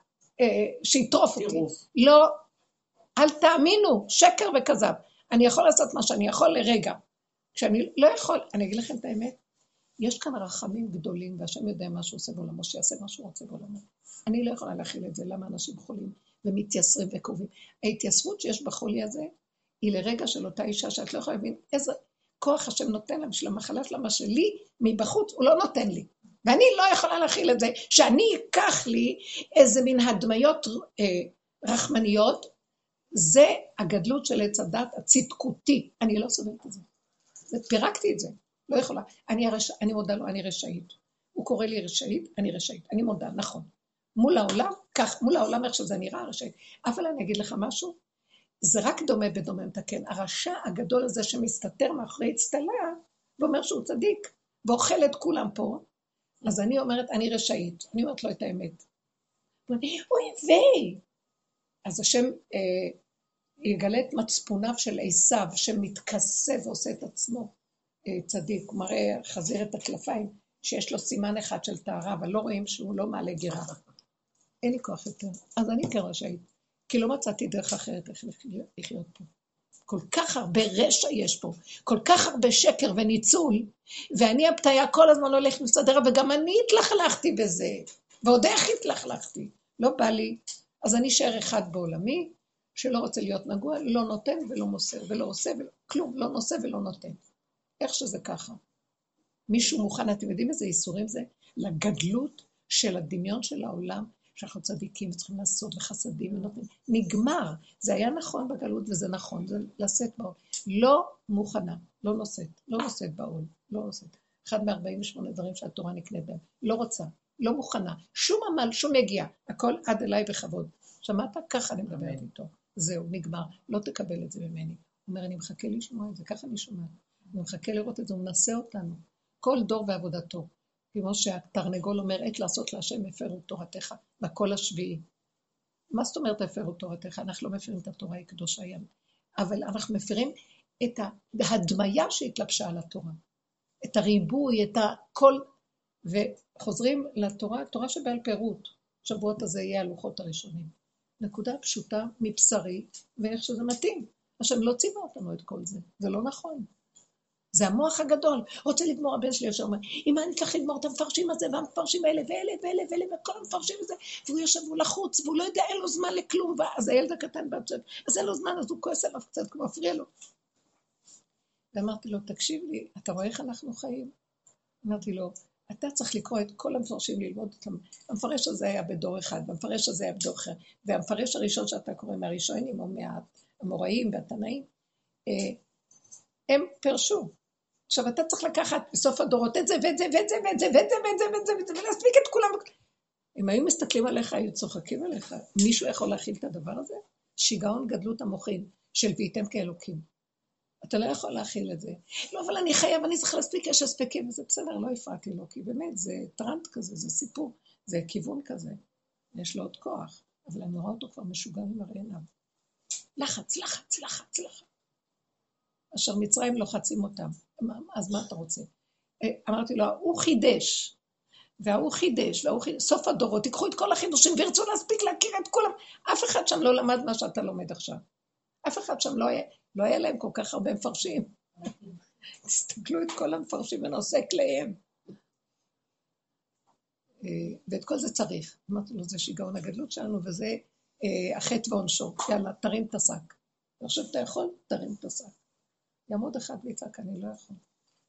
שיטרוף אותי. לא, אל תאמינו, שקר וכזב. אני יכול לעשות מה שאני יכול לרגע. כשאני לא יכול, אני אגיד לכם את האמת, יש כאן רחמים גדולים, והשם יודע מה שהוא עושה בעולמו, שיעשה מה שהוא רוצה בעולמו. אני לא יכולה להכיל את זה, למה אנשים חולים ומתייסרים וקרובים. ההתייסרות שיש בחולי הזה, היא לרגע של אותה אישה, שאת לא יכולה להבין איזה כוח השם נותן לה, בשביל המחלה שלה, מה שלי, מבחוץ, הוא לא נותן לי. ואני לא יכולה להכיל את זה, שאני אקח לי איזה מין הדמיות אה, רחמניות, זה הגדלות של עץ הדת הצדקותי. אני לא סובלת את זה. פירקתי את זה. לא יכולה. אני, הרש... אני מודה לו, אני רשאית. הוא קורא לי רשאית, אני רשאית. אני מודה, נכון. מול העולם, כך, מול העולם איך שזה נראה רשאית. אבל אני אגיד לך משהו, זה רק דומה בדומה מתקן. הרשע הגדול הזה שמסתתר מאחורי אצטלה, ואומר שהוא צדיק, ואוכל את כולם פה, אז אני אומרת, אני רשאית. אני אומרת לו את האמת. אוי וי! אז השם אה, יגלה את מצפוניו של עשיו, שמתכסה ועושה את עצמו אה, צדיק. הוא מראה, חזיר את הכלפיים, שיש לו סימן אחד של טהרה, אבל לא רואים שהוא לא מעלה גירה. אין לי כוח יותר. אז אני כן רשאית. כי לא מצאתי דרך אחרת איך לחיות פה. כל כך הרבה רשע יש פה, כל כך הרבה שקר וניצול, ואני הפתיה כל הזמן הולך לסדר, וגם אני התלכלכתי בזה, ועוד איך התלכלכתי, לא בא לי. אז אני אשאר אחד בעולמי, שלא רוצה להיות נגוע, לא נותן ולא מוסר, ולא עושה, ולא, כלום, לא נושא ולא נותן. איך שזה ככה. מישהו מוכן, אתם יודעים איזה איסורים זה? לגדלות של הדמיון של העולם, שאנחנו צדיקים וצריכים לעשות וחסדים ונותנים. נגמר. זה היה נכון בגלות וזה נכון. זה לשאת בעול. לא מוכנה. לא נושאת. לא נושאת בעול. לא נושאת. אחד מ-ארבעים ושמונה דברים שהתורה נקנית בהם. לא רוצה. לא מוכנה. שום עמל, שום יגיע. הכל עד אליי בכבוד. שמעת? ככה אני מדברת איתו. זהו, נגמר. לא תקבל את זה ממני. הוא אומר, אני מחכה לשמוע את זה. ככה אני שומעת. אני מחכה לראות את זה. הוא מנסה אותנו. כל דור ועבודתו. כמו שהתרנגול אומר, עת לעשות להשם הפרו תורתך, בכל השביעי. מה זאת אומרת הפרו תורתך? אנחנו לא מפרים את התורה, היא קדושה ים. אבל אנחנו מפרים את ההדמיה שהתלבשה על התורה. את הריבוי, את הכל, וחוזרים לתורה, תורה שבעל פירוט. שבועות הזה יהיה הלוחות הראשונים. נקודה פשוטה מבשרי, ואיך שזה מתאים. השם לא ציווה אותנו את כל זה. זה לא נכון. זה המוח הגדול, רוצה לגמור הבן שלי, יושב אומר, אם אני צריך לגמור את המפרשים הזה, והמפרשים האלה, ואלה, ואלה, ואלה, וכל המפרשים הזה, והוא יושב, הוא לחוץ, והוא לא יודע, אין לו זמן לכלום, אז הילד הקטן בעצם, אז אין לו זמן, אז הוא כועס עליו קצת, כמו מפריע לו. ואמרתי לו, תקשיב לי, אתה רואה איך אנחנו חיים? אמרתי לו, אתה צריך לקרוא את כל המפרשים, ללמוד אותם. המפרש הזה היה בדור אחד, והמפרש הזה היה בדור אחר, והמפרש הראשון שאתה קורא מהראשונים, או מהאמוראים והתנאים, הם פרשו. עכשיו אתה צריך לקחת בסוף הדורות את זה ואת זה ואת זה ואת זה ואת זה ואת זה ואת זה ואת זה ולהספיק את כולם. אם היו מסתכלים עליך, היו צוחקים עליך. מישהו יכול להכיל את הדבר הזה? שיגעון גדלות המוחין של והייתם כאלוקים. אתה לא יכול להכיל את זה. לא, אבל אני חייב, אני צריך להספיק, יש הספקים, וזה בסדר, לא הפרעתי לו, כי באמת זה טרנד כזה, זה סיפור, זה כיוון כזה. יש לו עוד כוח, אבל אני רואה אותו כבר משוגע ממראה עיניו. לחץ, לחץ, לחץ, לחץ. אשר מצרים לוחצים אותם. אז מה אתה רוצה? אמרתי לו, הוא חידש, והוא חידש, והוא חידש, סוף הדורות, תיקחו את כל החידושים, וירצו להספיק להכיר את כולם. אף אחד שם לא למד מה שאתה לומד עכשיו. אף אחד שם לא היה, לא היה להם כל כך הרבה מפרשים. תסתכלו את כל המפרשים ונושא כליהם. ואת כל זה צריך. אמרתי לו, זה שיגעון הגדלות שלנו, וזה החטא ועונשו. יאללה, תרים את השק. עכשיו אתה יכול, תרים את השק. יעמוד אחד ויצעק, אני לא יכול.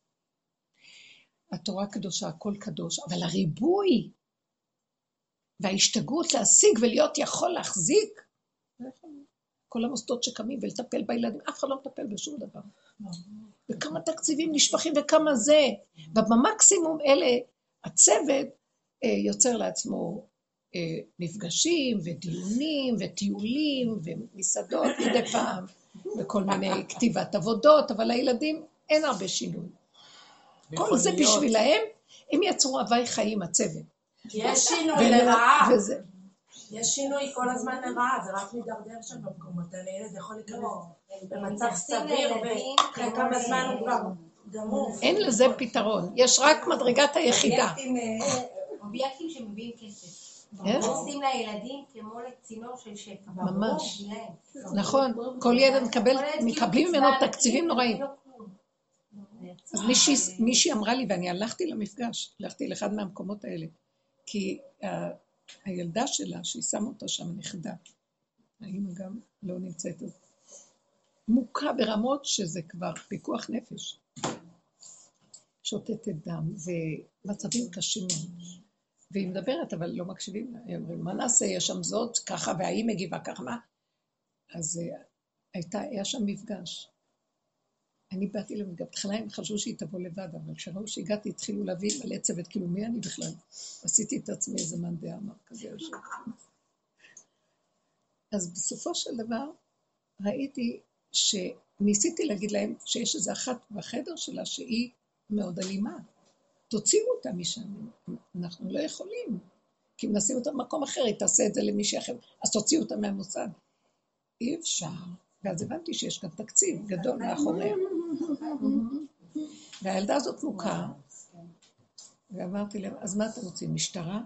התורה קדושה, הכל קדוש, אבל הריבוי וההשתגעות להשיג ולהיות יכול להחזיק, לא יכול. כל המוסדות שקמים ולטפל בילדים, אף אחד לא מטפל בשום דבר. וכמה תקציבים נשפכים וכמה זה. במקסימום אלה, הצוות יוצר לעצמו מפגשים ודיונים וטיולים ומסעדות מדי פעם. וכל מיני כתיבת עבודות, אבל הילדים אין הרבה שינוי. כל זה בשבילהם, הם יצרו הווי חיים הצוות. יש שינוי לרעה. יש שינוי כל הזמן לרעה, זה רק מדרדר שם במקומות האלה, ילד יכול להיכנס במצב סביר, ואחרי כמה זמן הוא כבר גמור. אין לזה פתרון, יש רק מדרגת היחידה. אובייקטים שמביאים כסף. עושים לילדים כמו לצינור של שפע. ממש. נכון, כל ילד מקבלים ממנו תקציבים נוראים. אז מישהי אמרה לי, ואני הלכתי למפגש, הלכתי לאחד מהמקומות האלה, כי הילדה שלה, שהיא שמה אותה שם נכדה, האמא גם לא נמצאת, מוכה ברמות שזה כבר פיקוח נפש. שותתת דם, ומצבים קשים מאוד. והיא מדברת, אבל לא מקשיבים לה. היא אומרים, מה נעשה? יש שם זאת, ככה, והיא מגיבה ככה, מה? אז הייתה, היה שם מפגש. אני באתי למפגש, בתחילה הם חשבו שהיא תבוא לבד, אבל כשראו שהגעתי, התחילו להביא מלא צוות, כאילו מי אני בכלל? עשיתי את עצמי איזה מאן דאמר כזה יושב. אז בסופו של דבר, ראיתי שניסיתי להגיד להם שיש איזו אחת בחדר שלה שהיא מאוד אלימה. תוציאו אותה משם, אנחנו לא יכולים, כי אם נשים אותה במקום אחר, היא תעשה את זה למישהי אחר, אז תוציאו אותה מהמוסד. אי אפשר, ואז הבנתי שיש כאן תקציב גדול מאחוריה. והילדה הזאת מוכה, ואמרתי להם, אז מה אתם רוצים, משטרה?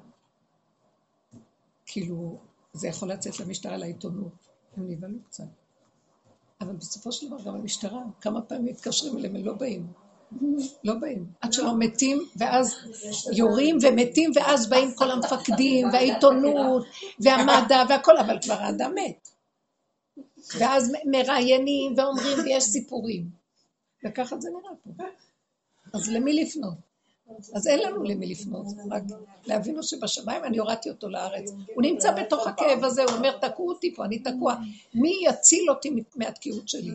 כאילו, זה יכול לצאת למשטרה לעיתונות, הם נבהלו קצת. אבל בסופו של דבר גם המשטרה, כמה פעמים מתקשרים אליהם, הם לא באים. לא באים, עד שלא מתים, ואז יורים ומתים, ואז באים כל המפקדים, והעיתונות, והמדע, והכל, אבל כבר האדם מת. ואז מראיינים, ואומרים, ויש סיפורים. וככה זה נראה פה. אז למי לפנות? אז אין לנו למי לפנות, רק להבינו שבשמיים אני הורדתי אותו לארץ. הוא נמצא בתוך הכאב הזה, הוא אומר, תקעו אותי פה, אני תקוע. מי יציל אותי מהתקיעות שלי?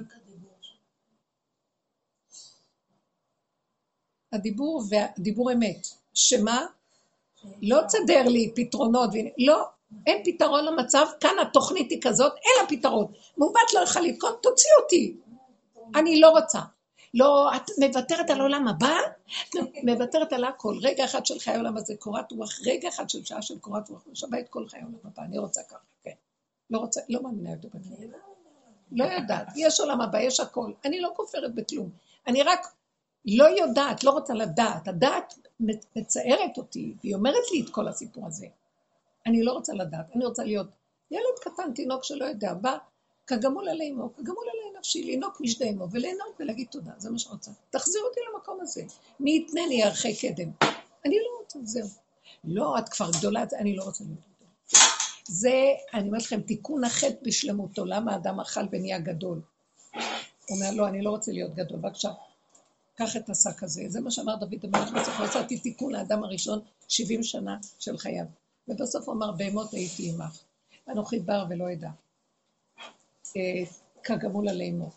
הדיבור והדיבור אמת, שמה? לא תסדר לי פתרונות, לא, אין פתרון למצב, כאן התוכנית היא כזאת, אין לה פתרון, מעוות לא יכול לתקון, תוציא אותי, אני לא רוצה, לא, את מוותרת על העולם הבא, מוותרת על הכל, רגע אחד של חיי העולם הזה, קורת רוח, רגע אחד של שעה של קורת רוח, שווה את כל חיי העולם הבא, אני רוצה ככה, כן, לא רוצה, לא מאמינה יותר בכלל, לא יודעת, יש עולם הבא, יש הכל, אני לא כופרת בכלום, אני רק לא יודעת, לא רוצה לדעת, הדעת מצערת אותי, והיא אומרת לי את כל הסיפור הזה. אני לא רוצה לדעת, אני רוצה להיות ילד קטן, תינוק שלא יודע, בא, כגמול עלי אמו, כגמול עלי נפשי, לינוק משדה אמו, וליהנות ולהגיד תודה, זה מה שרוצה. תחזיר אותי למקום הזה, מי יתנני ערכי קדם. אני לא רוצה, זהו. לא, את כבר גדולה, אני לא רוצה להיות גדולה. זה, אני אומרת לכם, תיקון החטא בשלמותו, למה האדם אכל ונהיה גדול? הוא אומר, לא, אני לא רוצה להיות גדול, בבקשה. קח את השק הזה, זה מה שאמר דוד המלך בסוף, עשיתי תיקון לאדם הראשון, שבעים שנה של חייו. ובסוף הוא אמר, בהמות הייתי עמך, אנוכי בר ולא ידע. כגמול עלי אמו.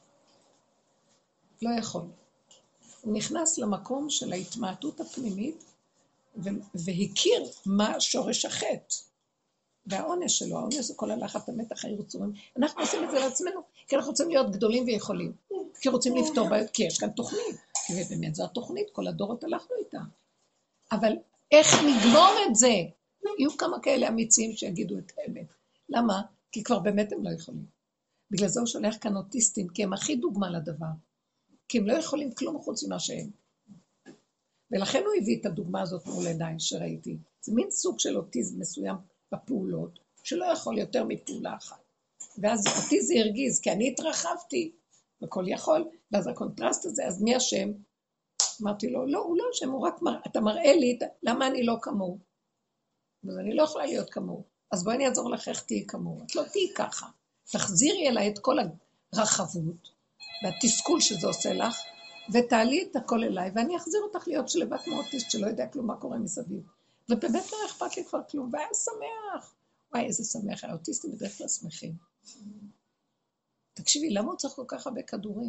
לא יכול. הוא נכנס למקום של ההתמעטות הפנימית, והכיר מה שורש החטא. והעונש שלו, העונש זה כל הלחץ, המתח, הירצורים. אנחנו עושים את זה לעצמנו, כי אנחנו רוצים להיות גדולים ויכולים. כי רוצים לפתור בעיות, כי יש כאן תוכנית. ובאמת זו התוכנית, כל הדורות הלכנו איתה. אבל איך נגמור את זה? יהיו כמה כאלה אמיצים שיגידו את האמת. למה? כי כבר באמת הם לא יכולים. בגלל זה הוא שולח כאן אוטיסטים, כי הם הכי דוגמה לדבר. כי הם לא יכולים כלום חוץ ממה שהם. ולכן הוא הביא את הדוגמה הזאת מול עדיין שראיתי. זה מין סוג של אוטיזם מסוים בפעולות, שלא יכול יותר מפעולה אחת. ואז אותי זה הרגיז, כי אני התרחבתי, וכל יכול, ואז הקונטרסט הזה, אז מי השם? אמרתי לו, לא, הוא לא השם, הוא רק, מרא, אתה מראה לי, למה אני לא כמוהו? אז אני לא יכולה להיות כמוהו. אז בואי אני אעזור לך איך תהי כמוהו. את לא תהי ככה. תחזירי אליי את כל הרחבות, והתסכול שזה עושה לך, ותעלי את הכל אליי, ואני אחזיר אותך להיות שלווה כמו אוטיסט, שלא יודע כלום מה קורה מסביב. ובאמת לא אכפת לי כבר כלום, והיה שמח. וואי, איזה שמח, האוטיסטים בדרך כלל שמחים. תקשיבי, למה הוא צריך כל כך הרבה כדורים?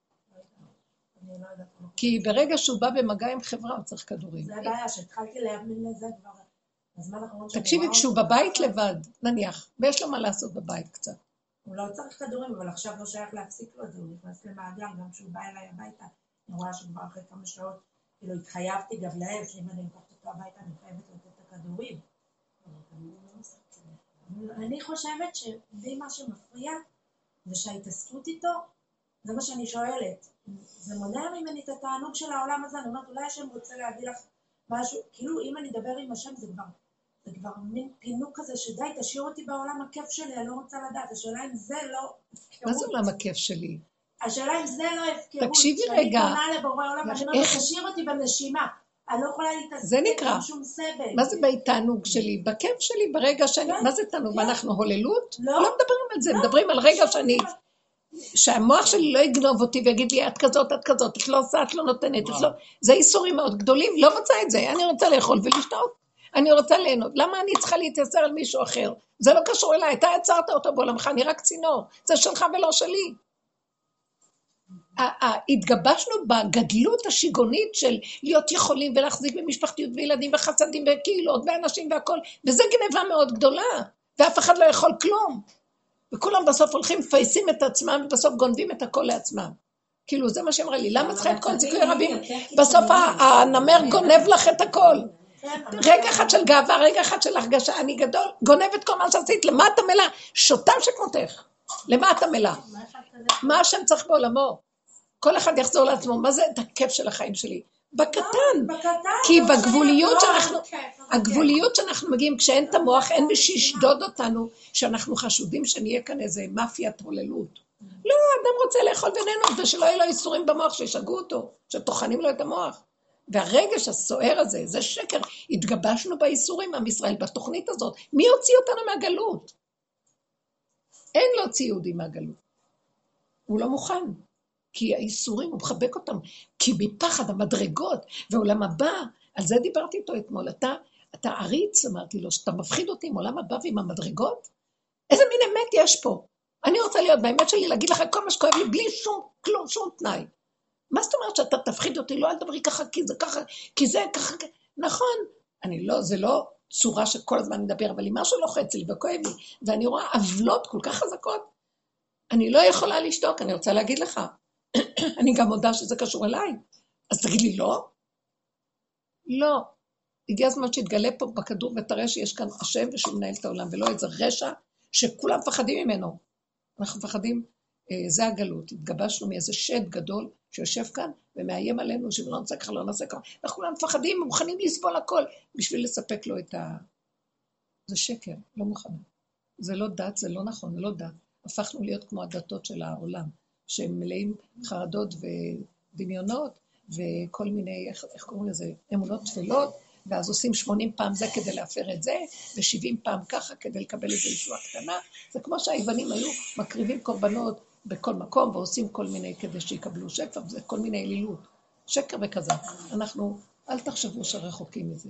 כי ברגע שהוא בא במגע עם חברה, הוא צריך כדורים. זה הבעיה, שהתחלתי להאמין לזה כבר בזמן האחרון. תקשיבי, כשהוא בבית לבד, נניח, ויש לו מה לעשות בבית קצת. הוא לא צריך כדורים, אבל עכשיו לא שייך להפסיק לו את זה, הוא נכנס למעגל, גם כשהוא בא אליי הביתה, אני רואה שכבר אחרי כמה שעות, כאילו התחייבתי גם להם, שאם אני אקח אותו הביתה, אני חייבת לתת את הכדורים. אני חושבת שלי מה שמפריע זה שההתעסקות איתו, זה מה שאני שואלת, זה מונע ממני את התענוג של העולם הזה. אני אומרת, אולי השם רוצה להביא לך משהו, כאילו אם אני אדבר עם השם זה כבר, זה כבר מין פינוק כזה שדי, תשאיר אותי בעולם הכיף שלי, אני לא רוצה לדעת. השאלה אם זה לא הפקרות. מה זה עולם הכיף שלי? השאלה אם זה לא הפקרות. תקשיבי רגע. שאני פונה לבורא עולם, אני אומרת, תשאיר אותי בנשימה. אני לא יכולה להתעסק עם שום סבל. מה זה בהתענוג שלי? בכיף שלי, ברגע שאני, מה זה תענוג? אנחנו הוללות? לא מדברים על זה, מדברים על רגע שאני, שהמוח שלי לא יגנוב אותי ויגיד לי, את כזאת, את כזאת, את לא עושה, את לא נותנת, זה איסורים מאוד גדולים, לא רוצה את זה, אני רוצה לאכול ולשתות, אני רוצה ליהנות, למה אני צריכה להתייצר על מישהו אחר? זה לא קשור אליי, אתה יצרת אותו בעולמך, אני רק צינור, זה שלך ולא שלי. התגבשנו בגדלות השיגונית של להיות יכולים ולהחזיק במשפחתיות וילדים וחסדים וקהילות ואנשים והכל, וזה גניבה מאוד גדולה, ואף אחד לא יכול כלום. וכולם בסוף הולכים פייסים את עצמם, ובסוף גונבים את הכל לעצמם. כאילו, זה מה שאמרה לי, למה צריכה את כל זיכוי רבים? בסוף הנמר גונב לך את הכל. רגע אחד של גאווה, רגע אחד של הרגשה, אני גדול, גונב את כל מה שעשית, למה אתה מלה? שוטה שכמותך. למה אתה מלה? מה השם צריך בעולמו? כל אחד יחזור לעצמו, מה זה את הכיף של החיים שלי? בקטן. כי בגבוליות שאנחנו, הגבוליות שאנחנו מגיעים, כשאין את המוח, אין מי שישדוד אותנו, שאנחנו חשודים שנהיה כאן איזה מאפיית הוללות. לא, אדם רוצה לאכול בינינו, ושלא יהיו לו איסורים במוח, שישגעו אותו, שטוחנים לו את המוח. והרגש הסוער הזה, זה שקר, התגבשנו באיסורים עם ישראל, בתוכנית הזאת. מי הוציא אותנו מהגלות? אין להוציא יהודי מהגלות. הוא לא מוכן. כי האיסורים, הוא מחבק אותם, כי מפחד המדרגות, ועולם הבא, על זה דיברתי איתו אתמול, אתה, אתה עריץ, אמרתי לו, שאתה מפחיד אותי עם עולם הבא ועם המדרגות, איזה מין אמת יש פה? אני רוצה להיות באמת שלי, להגיד לך כל מה שכואב לי, בלי שום, כלום, שום תנאי. מה זאת אומרת שאתה תפחיד אותי, לא אל תדברי ככה, כי זה ככה, כי זה ככה, נכון, אני לא, זה לא צורה שכל הזמן נדבר, אבל אם משהו לוחץ לי וכואב לי, ואני רואה עוולות כל כך חזקות, אני לא יכולה לשתוק, אני רוצה להגיד לך, אני גם מודה שזה קשור אליי. אז תגיד לי, לא? לא. הגיע הזמן שיתגלה פה בכדור ותראה שיש כאן השם ושהוא מנהל את העולם, ולא איזה רשע שכולם פחדים ממנו. אנחנו פחדים, זה הגלות. התגבשנו מאיזה שד גדול שיושב כאן ומאיים עלינו שלא נעשה ככה, לא נעשה ככה. אנחנו כולם פחדים, מוכנים לסבול הכל בשביל לספק לו את ה... זה שקר, לא מוכן. זה לא דת, זה לא נכון, זה לא דת. הפכנו להיות כמו הדתות של העולם. שהם מלאים חרדות ודמיונות, וכל מיני, איך, איך קוראים לזה, אמונות תפלות, ואז עושים שמונים פעם זה כדי להפר את זה, ושבעים פעם ככה כדי לקבל איזו ישועה קטנה. זה כמו שהיוונים היו מקריבים קורבנות בכל מקום, ועושים כל מיני כדי שיקבלו שפע, וזה כל מיני אלילות. שקר וכזה. אנחנו, אל תחשבו שרחוקים מזה.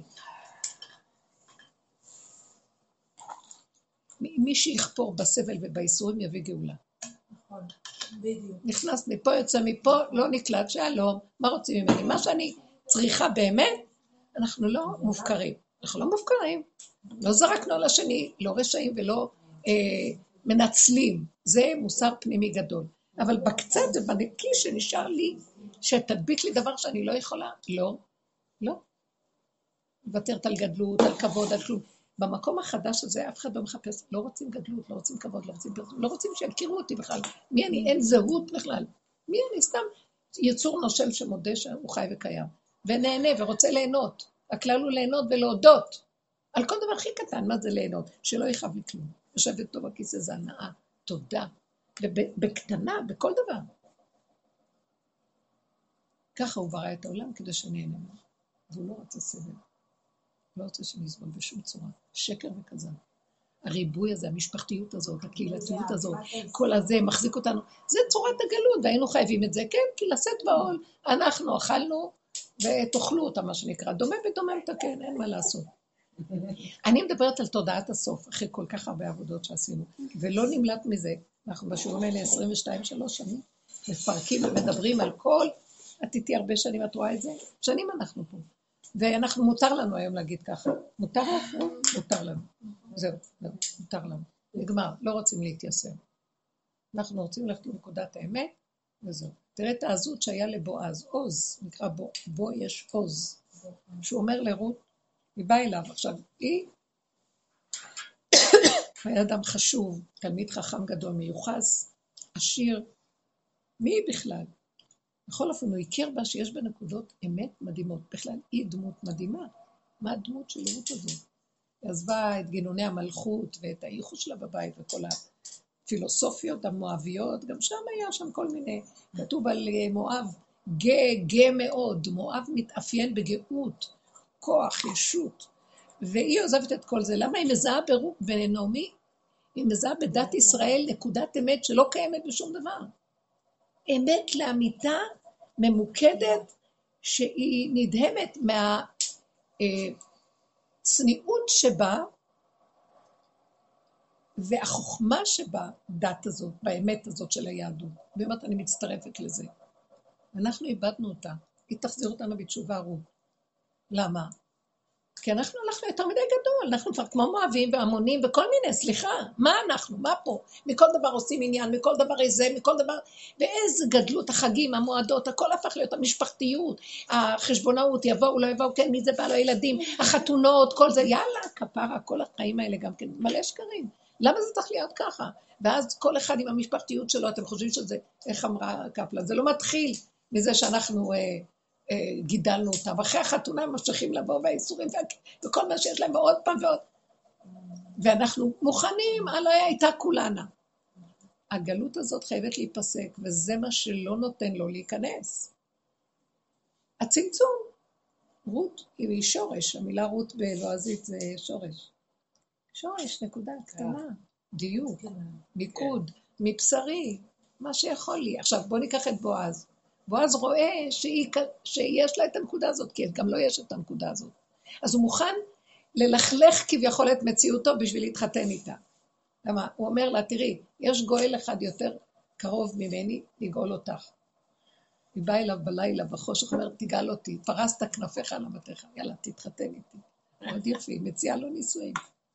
מי שיחפור בסבל ובאיסורים יביא גאולה. נכנס מפה, יוצא מפה, לא נקלט, שלום, מה רוצים ממני? מה שאני צריכה באמת, אנחנו לא מופקרים. אנחנו לא מופקרים. לא זרקנו על השני, לא רשעים ולא אה, מנצלים. זה מוסר פנימי גדול. אבל בקצת זה בנקי שנשאר לי, שתדביק לי דבר שאני לא יכולה. לא, לא. מוותרת על גדלות, על כבוד, על כלום. במקום החדש הזה אף אחד לא מחפש, לא רוצים גדלות, לא רוצים כבוד, לא רוצים פרסום, לא רוצים שיכירו אותי בכלל. מי אני? אין זהות בכלל. מי אני? סתם יצור נושם שמודה שהוא חי וקיים. ונהנה ורוצה ליהנות. הכלל הוא ליהנות ולהודות. על כל דבר הכי קטן, מה זה ליהנות? שלא יכאב לי כלום. יושבת טוב הכיסא זה הנאה, תודה. ובקטנה, בכל דבר. ככה הוא ברא את העולם כדי שנהנה. והוא לא רוצה סבל. לא רוצה שנסבול בשום צורה, שקר וכזב. הריבוי הזה, המשפחתיות הזאת, הקהילתיות הזאת, כל הזה מחזיק אותנו, זה צורת הגלות, והיינו חייבים את זה, כן, כי לשאת בעול, אנחנו אכלנו ותאכלו אותה, מה שנקרא, דומה ודומה מתקן, אין מה לעשות. אני מדברת על תודעת הסוף, אחרי כל כך הרבה עבודות שעשינו, ולא נמלט מזה, אנחנו בשיעורים האלה עשרים ושתיים שלוש שנים, מפרקים ומדברים על כל, את איתי הרבה שנים, את רואה את זה? שנים אנחנו פה. ואנחנו, מותר לנו היום להגיד ככה. מותר לנו? מותר לנו. זהו, זהו, מותר לנו. נגמר, לא רוצים להתייסר. אנחנו רוצים ללכת לנקודת האמת, וזהו. תראה את העזות שהיה לבועז, עוז, נקרא בו, בו יש עוז. שהוא אומר לרות, היא באה אליו. עכשיו, היא, היה אדם חשוב, תלמיד חכם גדול, מיוחס, עשיר. מי היא בכלל? בכל אופן, הוא הכיר בה שיש בה נקודות אמת מדהימות. בכלל, היא דמות מדהימה. מה הדמות של רות הזאת? היא עזבה את גינוני המלכות ואת הייחוס שלה בבית וכל הפילוסופיות המואביות, גם שם היה שם כל מיני, כתוב על מואב, גא, גא מאוד, מואב מתאפיין בגאות, כוח, ישות, והיא עוזבת את כל זה. למה היא מזהה בנעמי? היא מזהה בדת ישראל נקודת אמת שלא קיימת בשום דבר. אמת לאמיתה ממוקדת שהיא נדהמת מהצניעות שבה והחוכמה שבה דת הזאת, באמת הזאת של היהדות. באמת אני מצטרפת לזה. אנחנו איבדנו אותה. היא תחזיר אותנו בתשובה רות. למה? כי אנחנו הלכנו יותר מדי גדול, אנחנו כבר כמו מואבים והמונים וכל מיני, סליחה, מה אנחנו, מה פה? מכל דבר עושים עניין, מכל דבר איזה, מכל דבר, ואיזה גדלות, החגים, המועדות, הכל הפך להיות המשפחתיות, החשבונאות, יבואו, לא יבואו, כן, מי זה בא לו ילדים, החתונות, כל זה, יאללה, כפרה, כל החיים האלה גם כן, מלא שקרים. למה זה צריך להיות ככה? ואז כל אחד עם המשפחתיות שלו, אתם חושבים שזה, איך אמרה קפלן, זה לא מתחיל מזה שאנחנו... גידלנו אותם, ואחרי החתונה הם ממשיכים לבוא והאיסורים וכל מה שיש להם ועוד פעם ועוד, ואנחנו מוכנים, הלוא הייתה כולנה. הגלות הזאת חייבת להיפסק, וזה מה שלא נותן לו להיכנס. הצמצום, רות היא שורש, המילה רות בלועזית זה שורש. שורש, נקודה קטנה, דיוק, מיקוד, מבשרי, מה שיכול לי. עכשיו בוא ניקח את בועז. בועז רואה שהיא, שיש לה את הנקודה הזאת, כי גם לא יש את הנקודה הזאת. אז הוא מוכן ללכלך כביכול את מציאותו בשביל להתחתן איתה. למה? הוא אומר לה, תראי, יש גואל אחד יותר קרוב ממני, לגאול אותך. היא באה אליו בלילה, בחושך, אומר, תגאל אותי, פרסת כנפיך על אמתיך, יאללה, תתחתן איתי. מאוד יפי, מציעה לו נישואים.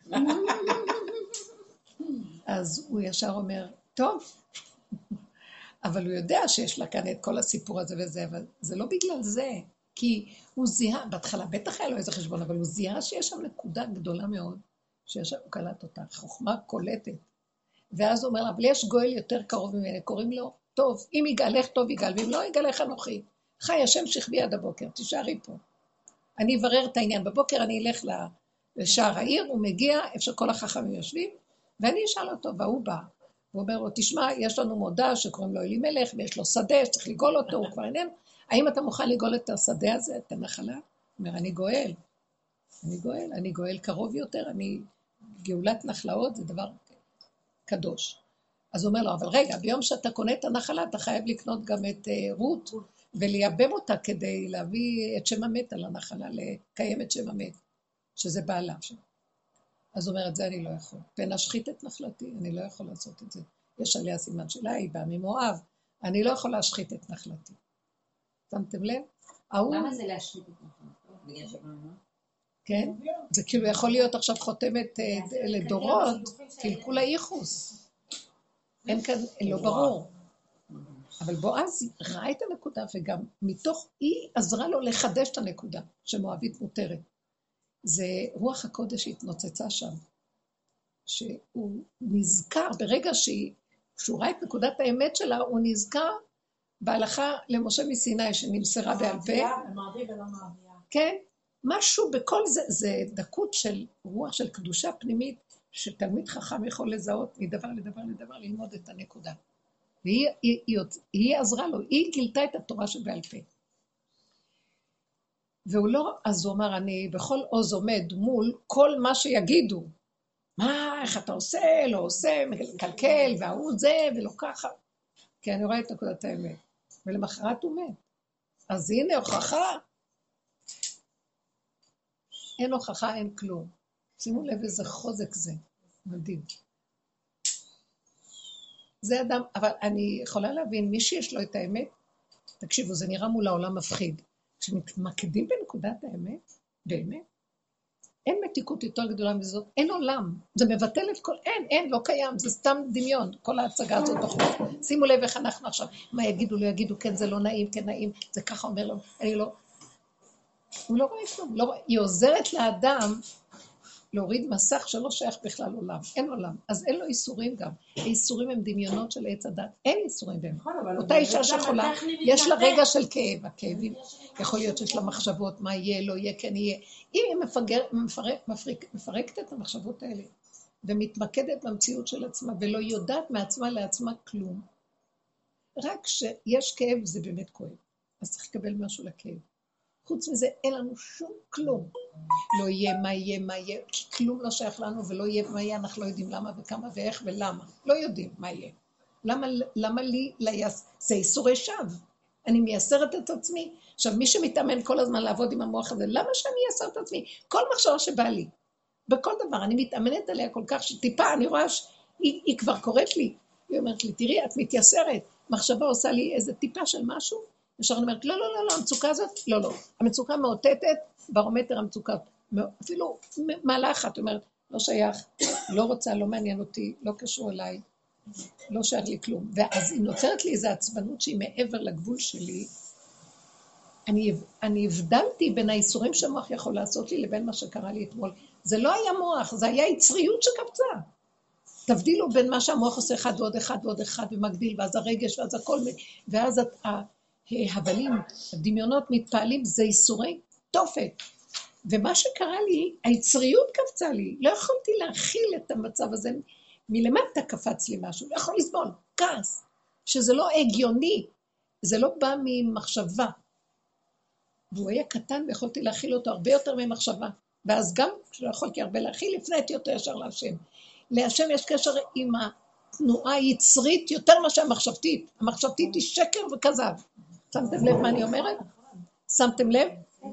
אז הוא ישר אומר, טוב, אבל הוא יודע שיש לה כאן את כל הסיפור הזה וזה, אבל זה לא בגלל זה, כי הוא זיהה, בהתחלה בטח היה לו איזה חשבון, אבל הוא זיהה שיש שם נקודה גדולה מאוד, שהוא קלט אותה, חוכמה קולטת. ואז הוא אומר לה, אבל יש גואל יותר קרוב ממני, קוראים לו, טוב, אם יגאלך טוב יגאל, ואם לא יגאלך אנוכי. חי השם שכבי עד הבוקר, תישארי פה. אני אברר את העניין, בבוקר אני אלך לשער העיר, הוא מגיע, איפה כל החכמים יושבים, ואני אשאל אותו, והוא בא. הוא אומר לו, תשמע, יש לנו מודע שקוראים לו אלימלך, ויש לו שדה שצריך לגאול אותו, הוא כבר איננו. האם אתה מוכן לגאול את השדה הזה, את הנחלה? הוא אומר, אני גואל. אני גואל, אני גואל קרוב יותר, אני... גאולת נחלאות זה דבר קדוש. אז הוא אומר לו, אבל רגע, ביום שאתה קונה את הנחלה, אתה חייב לקנות גם את uh, רות, ולייבם אותה כדי להביא את שם המת על הנחלה, לקיים את שם המת, שזה בעלה שם. אז הוא אומר, את זה אני לא יכול. ונשחית את נחלתי, אני לא יכול לעשות את זה. יש עליה סימן שלה, היא באה ממואב, אני לא יכול להשחית את נחלתי. שמתם לב? למה זה להשחית את נחלתי? בגלל שבאמה? כן? זה כאילו יכול להיות עכשיו חותמת לדורות, קלקול הייחוס. אין כאן, לא ברור. אבל בועז ראה את הנקודה, וגם מתוך היא עזרה לו לחדש את הנקודה, שמואבית מותרת. זה רוח הקודש שהתנוצצה שם, שהוא נזכר, ברגע שהוא ראה את נקודת האמת שלה, הוא נזכר בהלכה למשה מסיני, שנמסרה בעל פה. מערבי ולא מערבייה. כן, משהו בכל זה, זה דקות של רוח של קדושה פנימית, שתלמיד חכם יכול לזהות מדבר לדבר לדבר, ללמוד את הנקודה. והיא היא, היא, היא עזרה לו, היא גילתה את התורה שבעל פה. והוא לא, אז הוא אמר, אני בכל עוז עומד מול כל מה שיגידו. מה, איך אתה עושה, לא עושה, מקלקל, והוא זה, ולא ככה. כי אני רואה את נקודת האמת. ולמחרת הוא מת. אז הנה הוכחה. אין הוכחה, אין כלום. שימו לב איזה חוזק זה. מדהים. זה אדם, אבל אני יכולה להבין, מי שיש לו את האמת, תקשיבו, זה נראה מול העולם מפחיד. כשמתמקדים בנקודת האמת, באמת, אין מתיקות יותר גדולה מזאת, אין עולם, זה מבטל את כל, אין, אין, לא קיים, זה סתם דמיון, כל ההצגה הזאת בחוץ. שימו לב איך אנחנו עכשיו, מה יגידו, לא יגידו, כן, זה לא נעים, כן נעים, זה ככה אומר לו, אני לא, הוא לא רואה כלום, לא רואה. היא עוזרת לאדם להוריד מסך שלא שייך בכלל עולם, אין עולם, אז אין לו איסורים גם, האיסורים הם דמיונות של עץ הדת, אין איסורים בהם, אותה אישה שחולה, יש לה רגע של כאב, הכאבים, יכול להיות שיש לה מחשבות, מה יהיה, לא יהיה, כן יהיה, אם היא מפגר, מפרק, מפרק, מפרקת את המחשבות האלה, ומתמקדת במציאות של עצמה, ולא יודעת מעצמה לעצמה כלום, רק שיש כאב זה באמת כואב, אז צריך לקבל משהו לכאב, חוץ מזה אין לנו שום כלום. לא יהיה מה יהיה מה יהיה, כי כלום לא שייך לנו ולא יהיה מה יהיה, אנחנו לא יודעים למה וכמה ואיך ולמה. לא יודעים מה יהיה. למה, למה לי ליס... זה איסורי שווא. אני מייסרת את עצמי. עכשיו, מי שמתאמן כל הזמן לעבוד עם המוח הזה, למה שאני אייסר את עצמי? כל מחשבה שבא לי. בכל דבר, אני מתאמנת עליה כל כך שטיפה, אני רואה שהיא היא כבר קוראת לי. היא אומרת לי, תראי, את מתייסרת. מחשבה עושה לי איזה טיפה של משהו, ישר אני אומרת, לא, לא, לא, לא, המצוקה הזאת, לא, לא. המצוקה מאותתת, ברומטר המצוקה, אפילו מעלה אחת, אומרת, לא שייך, לא רוצה, לא מעניין אותי, לא קשור אליי, לא שייך לי כלום. ואז אם נוצרת לי איזו עצבנות שהיא מעבר לגבול שלי, אני, אני הבדלתי בין האיסורים שהמוח יכול לעשות לי לבין מה שקרה לי אתמול. זה לא היה מוח, זה היה יצריות שקפצה. תבדילו בין מה שהמוח עושה אחד ועוד אחד ועוד אחד ומגדיל, ואז הרגש ואז הכל, ואז ההבלים, הדמיונות מתפעלים, זה איסורי תופת. ומה שקרה לי, היצריות קפצה לי, לא יכולתי להכיל את המצב הזה, מלמטה קפץ לי משהו, לא יכול לסבול, כעס, שזה לא הגיוני, זה לא בא ממחשבה. והוא היה קטן ויכולתי להכיל אותו הרבה יותר ממחשבה, ואז גם כשלא יכולתי הרבה להכיל, הפניתי אותו ישר להשם. להשם יש קשר עם התנועה היצרית יותר מאשר המחשבתית, המחשבתית היא שקר וכזב. שמתם לב מה אני אומרת? שמתם לב?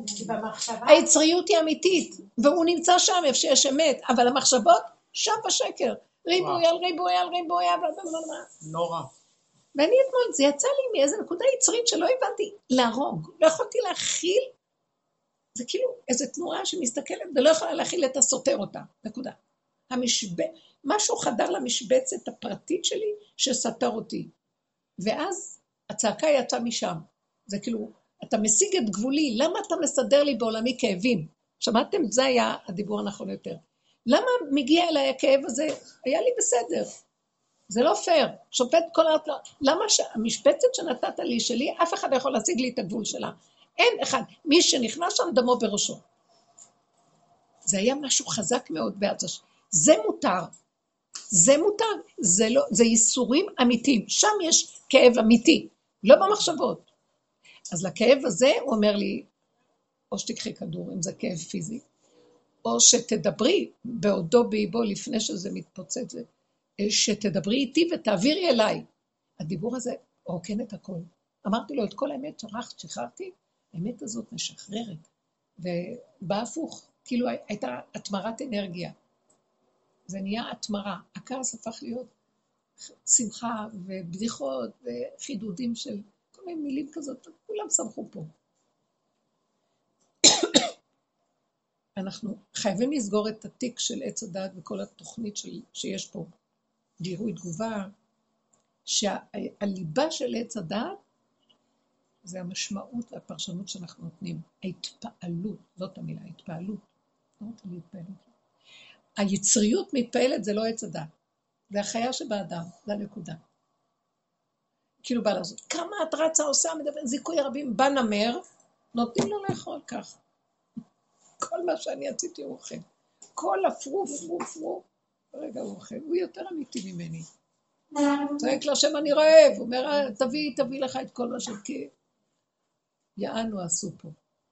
היצריות היא אמיתית, והוא נמצא שם איפה שיש אמת, אבל המחשבות שם בשקר, ריבוי על ריבוי על ריבוי, נורא. ואני אתמול, זה יצא לי מאיזו נקודה יצרית שלא הבנתי להרוג, לא יכולתי להכיל, זה כאילו איזו תנועה שמסתכלת ולא יכולה להכיל את הסותר אותה, נקודה. המשבצ... משהו חדר למשבצת הפרטית שלי שסתר אותי, ואז הצעקה יצאה משם, זה כאילו, אתה משיג את גבולי, למה אתה מסדר לי בעולמי כאבים? שמעתם? זה היה הדיבור הנכון יותר. למה מגיע אליי הכאב הזה? היה לי בסדר. זה לא פייר. שופט כל העת, למה המשבצת שנתת לי שלי, אף אחד יכול להשיג לי את הגבול שלה. אין אחד. מי שנכנס שם דמו בראשו. זה היה משהו חזק מאוד בעד זה. זה מותר. זה מותר. זה לא, זה ייסורים אמיתיים. שם יש כאב אמיתי. לא במחשבות. אז לכאב הזה הוא אומר לי, או שתקחי כדור, אם זה כאב פיזי, או שתדברי בעודו באיבו לפני שזה מתפוצץ, שתדברי איתי ותעבירי אליי. הדיבור הזה רוקן את הכל. אמרתי לו את כל האמת, שכחת, שכחתי, האמת הזאת משחררת. ובא הפוך, כאילו הייתה התמרת אנרגיה. זה נהיה התמרה. הכעס הפך להיות שמחה ובדיחות וחידודים של כל מיני מילים כזאת, כולם שמחו פה. אנחנו חייבים לסגור את התיק של עץ הדעת וכל התוכנית של, שיש פה, גירוי תגובה, שהליבה של עץ הדעת זה המשמעות והפרשנות שאנחנו נותנים, ההתפעלות, זאת המילה, ההתפעלות, לא רוצה להתפעלות. היצריות מתפעלת זה לא עץ הדעת, זה החיה שבאדם, זה הנקודה. כאילו בא לעשות, כמה את רצה עושה, מדבר, זיכוי רבים, בא נמר, נותנים לו לאכול כך. כל מה שאני עשיתי הוא אוכל. כל הפרוף, פרוף, פרוף, רגע הוא אוכל, הוא יותר אמיתי ממני. צועק לשם אני רעב, הוא אומר, תביא, תביא לך את כל מה שכי. יענו עשו פה.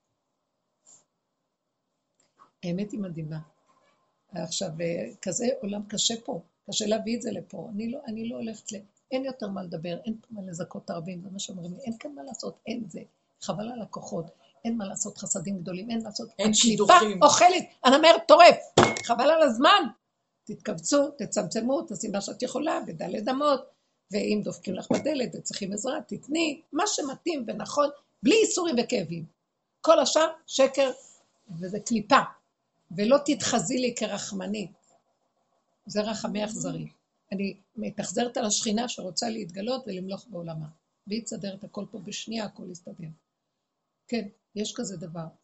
האמת היא מדהימה. עכשיו, כזה עולם קשה פה, קשה להביא את זה לפה. אני לא, אני לא הולכת ל... אין יותר מה לדבר, אין פה מה לזכות הרבים, זה מה שאומרים לי, אין כאן מה לעשות, אין זה. חבל על הכוחות. אין מה לעשות חסדים גדולים, אין לעשות... אין שידוכים. אוכלת, אני אומר, טורף, חבל על הזמן. תתכווצו, תצמצמו, תעשי מה שאת יכולה, בדלת אמות, ואם דופקים לך בדלת וצריכים עזרה, תתני, מה שמתאים ונכון, בלי איסורים וכאבים. כל השאר, שקר, וזה קליפה. ולא תתחזי לי כרחמנית. זה רחמי אכזרי. אני מתחזרת על השכינה שרוצה להתגלות ולמלוך בעולמה. והיא תסדר את הכל פה בשנייה, הכל יסתדר. כן, יש כזה דבר.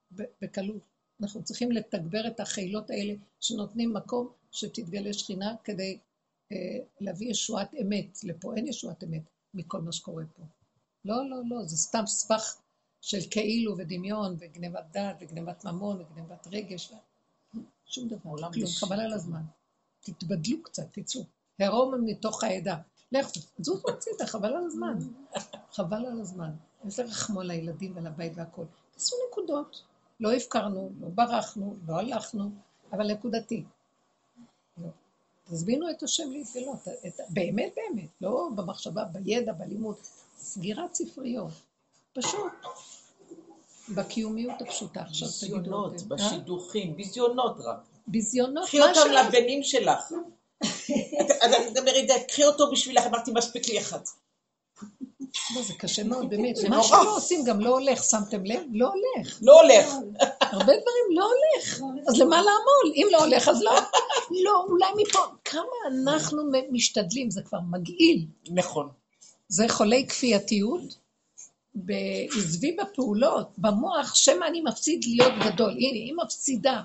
בקלות. אנחנו צריכים לתגבר את החילות האלה שנותנים מקום שתתגלה שכינה כדי אה, להביא ישועת אמת לפה. אין ישועת אמת מכל מה שקורה פה. לא, לא, לא, זה סתם סבך של כאילו ודמיון וגנבת דת וגנבת ממון וגנבת רגש. שום דבר, כלום, חבל על הזמן. תתבדלו קצת, תצאו. הרום מתוך העדה. לך, זאת מציתה, חבל על הזמן. חבל על הזמן. יש לרחמו על הילדים ועל הבית והכל. תעשו נקודות. לא הפקרנו, לא ברחנו, לא הלכנו, אבל נקודתי. לא. תזמינו את השם להתגלות. את... באמת, באמת. לא במחשבה, בידע, בלימוד. סגירת ספריות. פשוט. בקיומיות הפשוטה. עכשיו תגידו. ביזיונות, בשידוכים, ביזיונות רק. ביזיונות. קחי אותם לבנים שלך. אני מדברת, קחי אותו בשבילך, אמרתי, מספיק לי אחד. לא, זה קשה מאוד, באמת. מה שלא עושים גם לא הולך, שמתם לב? לא הולך. לא הולך. הרבה דברים לא הולך. אז למה לעמול? אם לא הולך, אז לא. לא, אולי מפה. כמה אנחנו משתדלים, זה כבר מגעיל. נכון. זה חולי כפייתיות. בעזבי בפעולות, במוח, שמה אני מפסיד להיות גדול. הנה, היא מפסידה.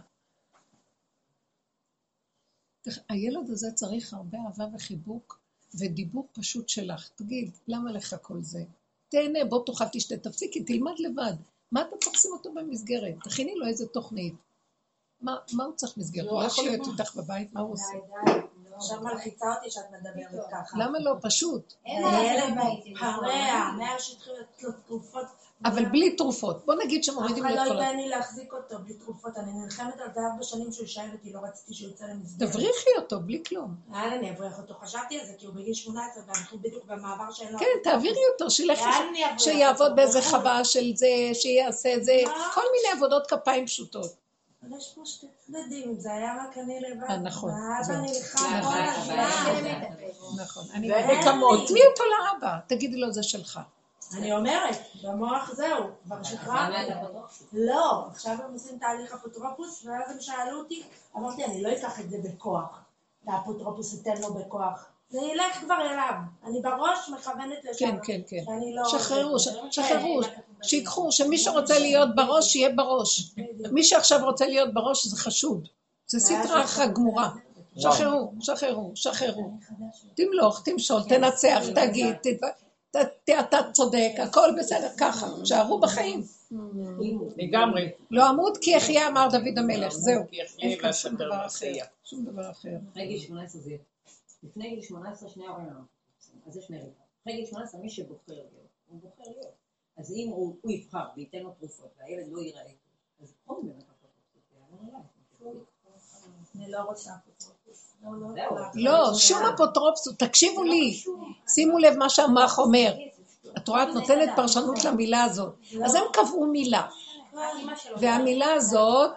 הילד הזה צריך הרבה אהבה וחיבוק, ודיבור פשוט שלך. תגיד, למה לך כל זה? תהנה, בוא תאכל תשתה, תפסיקי, תלמד לבד. מה אתה תופסים אותו במסגרת? תכיני לו איזה תוכנית. מה, מה הוא צריך מסגרת? הוא לא יכול להיות איתך בבית, מה הוא עושה? די, די. עכשיו מלחיצה אותי שאת מדברת ככה. למה לא? פשוט. הילד פרע, מאה שהתחילו את תרופות. אבל בלי תרופות. בוא נגיד שמורידים אף לו את אחד כל... לא ייתן לי להחזיק אותו בלי תרופות. אני נלחמת על זה ארבע שנים שהוא יישאר איתי, לא רציתי שהוא יצא למסגרת. תבריחי אותו בלי כלום. יאללה, אני אבריח אותו. חשבתי על זה, כי הוא בגיל שמונה עשרה, ואנחנו בדיוק במעבר שלנו. כן, תעבירי אותו, שילך, שיעבוד באיזה חווה של זה, שיעשה זה, כל מיני עבודות כפיים פשוטות. אבל יש פה שתי צדדים, זה היה רק אני לבד. נכון. והאבא נלחם כל הזמן. נכון. תני אותו לאבא, תגידי לו זה שלך. אני אומרת, במוח זהו, כבר שחררתי. לא, עכשיו הם עושים תהליך אפוטרופוס, ואז הם שאלו אותי, אמרתי, אני לא אקח את זה בכוח. האפוטרופוס ייתן לו בכוח. זה ילך כבר אליו. אני בראש מכוונת לשם. כן, כן, כן. לא... שחררו, שחררו, שיקחו, שמי שרוצה להיות בראש, יהיה בראש. מי שעכשיו רוצה להיות בראש, זה חשוד. זה סטרה אחת גמורה. שחררו, שחררו, שחררו. תמלוך, תמשול, תנצח, תגיד, אתה צודק, הכל בסדר, ככה. שערו בחיים. לגמרי. לא אמות כי יחיה, אמר דוד המלך, זהו. אין כאן שום דבר אחר. שום דבר אחר. אחרי גיל שמונה עשרה זה... לפני גיל שמונה עשרה שני ההורים לא. אז יש נראה. אחרי גיל שמונה עשרה מי שבוחר להיות, הוא בוחר להיות. אז אם הוא יבחר וייתן לו תרופות והילד לא ייראה איתו, אז בכל באמת אפוטרופסות. אני לא רוצה אפוטרופסות. לא, שום אפוטרופסות, תקשיבו לי. שימו לב מה שהמוח אומר. את רואה, את נותנת פרשנות למילה הזאת. אז הם קבעו מילה. והמילה הזאת,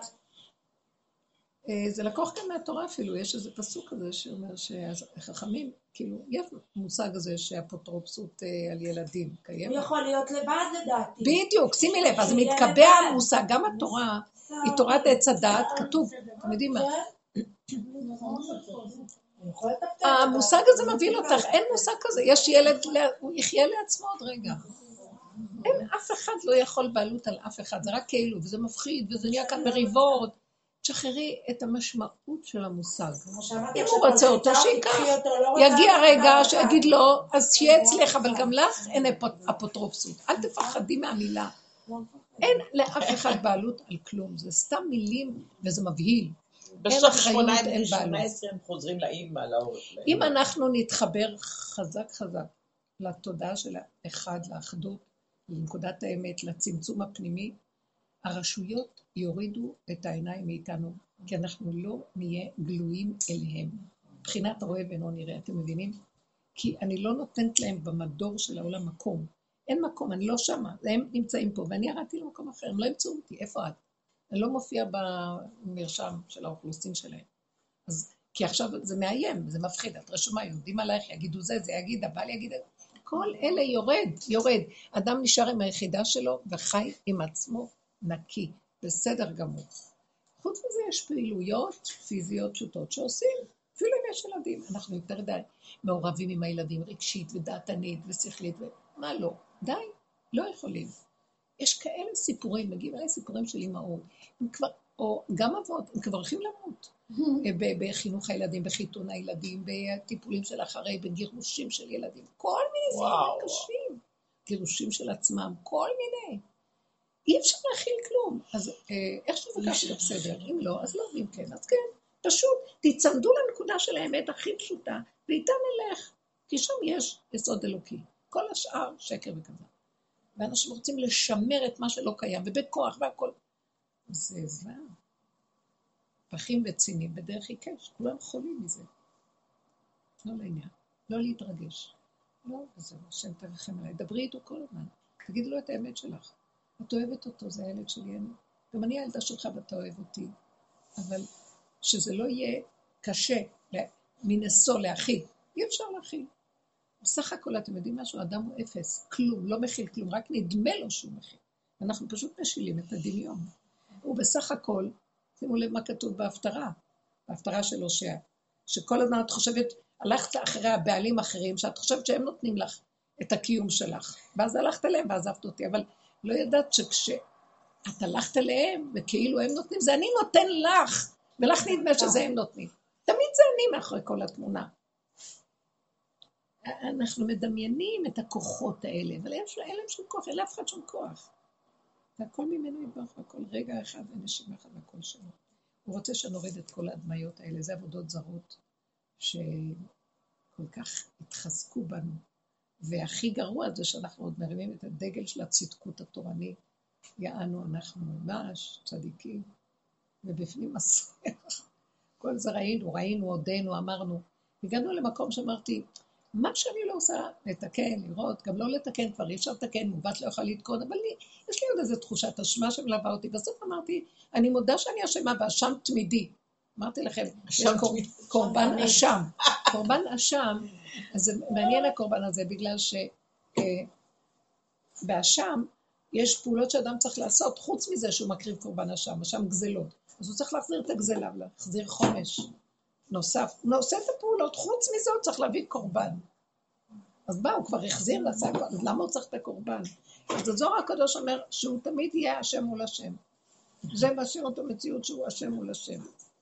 זה לקוח כאן מהתורה אפילו, יש איזה פסוק כזה שאומר שהחכמים, כאילו, יש מושג הזה שהאפוטרופסות על ילדים קיים. הוא יכול להיות לבד לדעתי. בדיוק, שימי לב, אז מתקבע המושג, גם התורה, היא תורת עץ הדעת, כתוב, אתם יודעים מה? המושג הזה מבין אותך, אין מושג כזה, יש ילד, הוא יחיה לעצמו עוד רגע. אין, אף אחד לא יכול בעלות על אף אחד, זה רק כאילו, וזה מפחיד, וזה נהיה כאן מריבות. תשחררי את המשמעות של המושג. אם הוא רוצה אותו, שיקח. יגיע רגע שיגיד לו, אז שיהיה אצלך, אבל גם לך אין אפוטרופסות. אל תפחדי מהמילה. אין לאף אחד בעלות על כלום. זה סתם מילים, וזה מבהיל. בסוף שמונה עשרה הם חוזרים לאמא, להורים. אם אנחנו נתחבר חזק חזק לתודעה של האחד, לאחדות, לנקודת האמת, לצמצום הפנימי, הרשויות יורידו את העיניים מאיתנו, כי אנחנו לא נהיה גלויים אליהם. מבחינת רואה ואינו נראה, אתם מבינים? כי אני לא נותנת להם במדור של העולם מקום. אין מקום, אני לא שמה, הם נמצאים פה, ואני ירדתי למקום אחר, הם לא ימצאו אותי, איפה את? אני לא מופיע במרשם של האוכלוסין שלהם. אז, כי עכשיו זה מאיים, זה מפחיד, את רשומה, יהודים עלייך, יגידו זה, זה יגיד, הבעל יגיד, כל אלה יורד, יורד. אדם נשאר עם היחידה שלו וחי עם עצמו נקי, בסדר גמור. חוץ מזה יש פעילויות פיזיות פשוטות שעושים, אפילו אם יש ילדים. אנחנו יותר די מעורבים עם הילדים, רגשית ודעתנית ושכלית, ומה לא? די, לא יכולים. יש כאלה סיפורים, מגיעים אליי סיפורים של אמהות, הם כבר, או גם אבות, הם כבר הולכים למות. בחינוך הילדים, בחיתון הילדים, בטיפולים של אחרי, בגירושים של ילדים, כל מיני סיפורים קשים, גירושים של עצמם, כל מיני. אי אפשר להכיל כלום. אז איך שתבקש זה בסדר, אם לא, אז לא, אם כן, אז כן. פשוט תצמדו לנקודה של האמת הכי פשוטה, ואיתה נלך, כי שם יש יסוד אלוקי. כל השאר שקר וכזה. ואנשים רוצים לשמר את מה שלא קיים, ובכוח והכל. זה זוועה. פחים וצינים בדרך עיקש, כולם חולים מזה. לא לעניין, לא להתרגש. לא, וזהו, השם תרחם עליי. דברי איתו כל הזמן. תגידי לו את האמת שלך. את אוהבת אותו, זה הילד שלי. גם אני הילדה שלך ואתה אוהב אותי. אבל שזה לא יהיה קשה מנסו להכיל. אי אפשר להכיל. בסך הכל, אתם יודעים משהו? האדם הוא אפס, כלום, לא מכיל כלום, רק נדמה לו שהוא מכיל. אנחנו פשוט משילים את הדמיון. הוא בסך הכל, שימו לב מה כתוב בהפטרה, בהפטרה של הושע, שכל הזמן את חושבת, הלכת אחרי הבעלים אחרים, שאת חושבת שהם נותנים לך את הקיום שלך, ואז הלכת אליהם ועזבת אותי, אבל לא ידעת שכשאת הלכת אליהם, וכאילו הם נותנים, זה אני נותן לך, ולך נדמה שזה הם נותנים. תמיד זה אני מאחורי כל התמונה. אנחנו מדמיינים את הכוחות האלה, אבל אין להם שום כוח, אין לאף אחד שום כוח. והכל ממנו יתברך, הכל רגע אחד ונשימה אחד והכל שלו. הוא רוצה שנוריד את כל הדמיות האלה, זה עבודות זרות שכל כך התחזקו בנו. והכי גרוע זה שאנחנו עוד מרימים את הדגל של הצדקות התורנית, יענו אנחנו ממש צדיקים, ובפנים מסריח. כל זה ראינו, ראינו, עודנו, אמרנו. הגענו למקום שאמרתי, מה שאני לא עושה, לתקן, לראות, גם לא לתקן, כבר אי אפשר לתקן, מובת לא יכולה להתקון, אבל לי, יש לי עוד איזו תחושת אשמה שמלווה אותי, בסוף אמרתי, אני מודה שאני אשמה באשם תמידי. אמרתי לכם, יש קורבן אשם, קורבן אשם, אז זה מעניין הקורבן הזה, בגלל שבאשם יש פעולות שאדם צריך לעשות, חוץ מזה שהוא מקריב קורבן אשם, אשם גזלות, אז הוא צריך להחזיר את הגזלה, להחזיר חומש. נוסף, הוא עושה את הפעולות, חוץ מזה הוא צריך להביא קורבן. אז בא, הוא כבר החזיר לעשה, אז למה הוא צריך את הקורבן? אז הזוהר הקדוש אומר שהוא תמיד יהיה השם מול השם. זה משאיר אותו מציאות שהוא השם מול השם.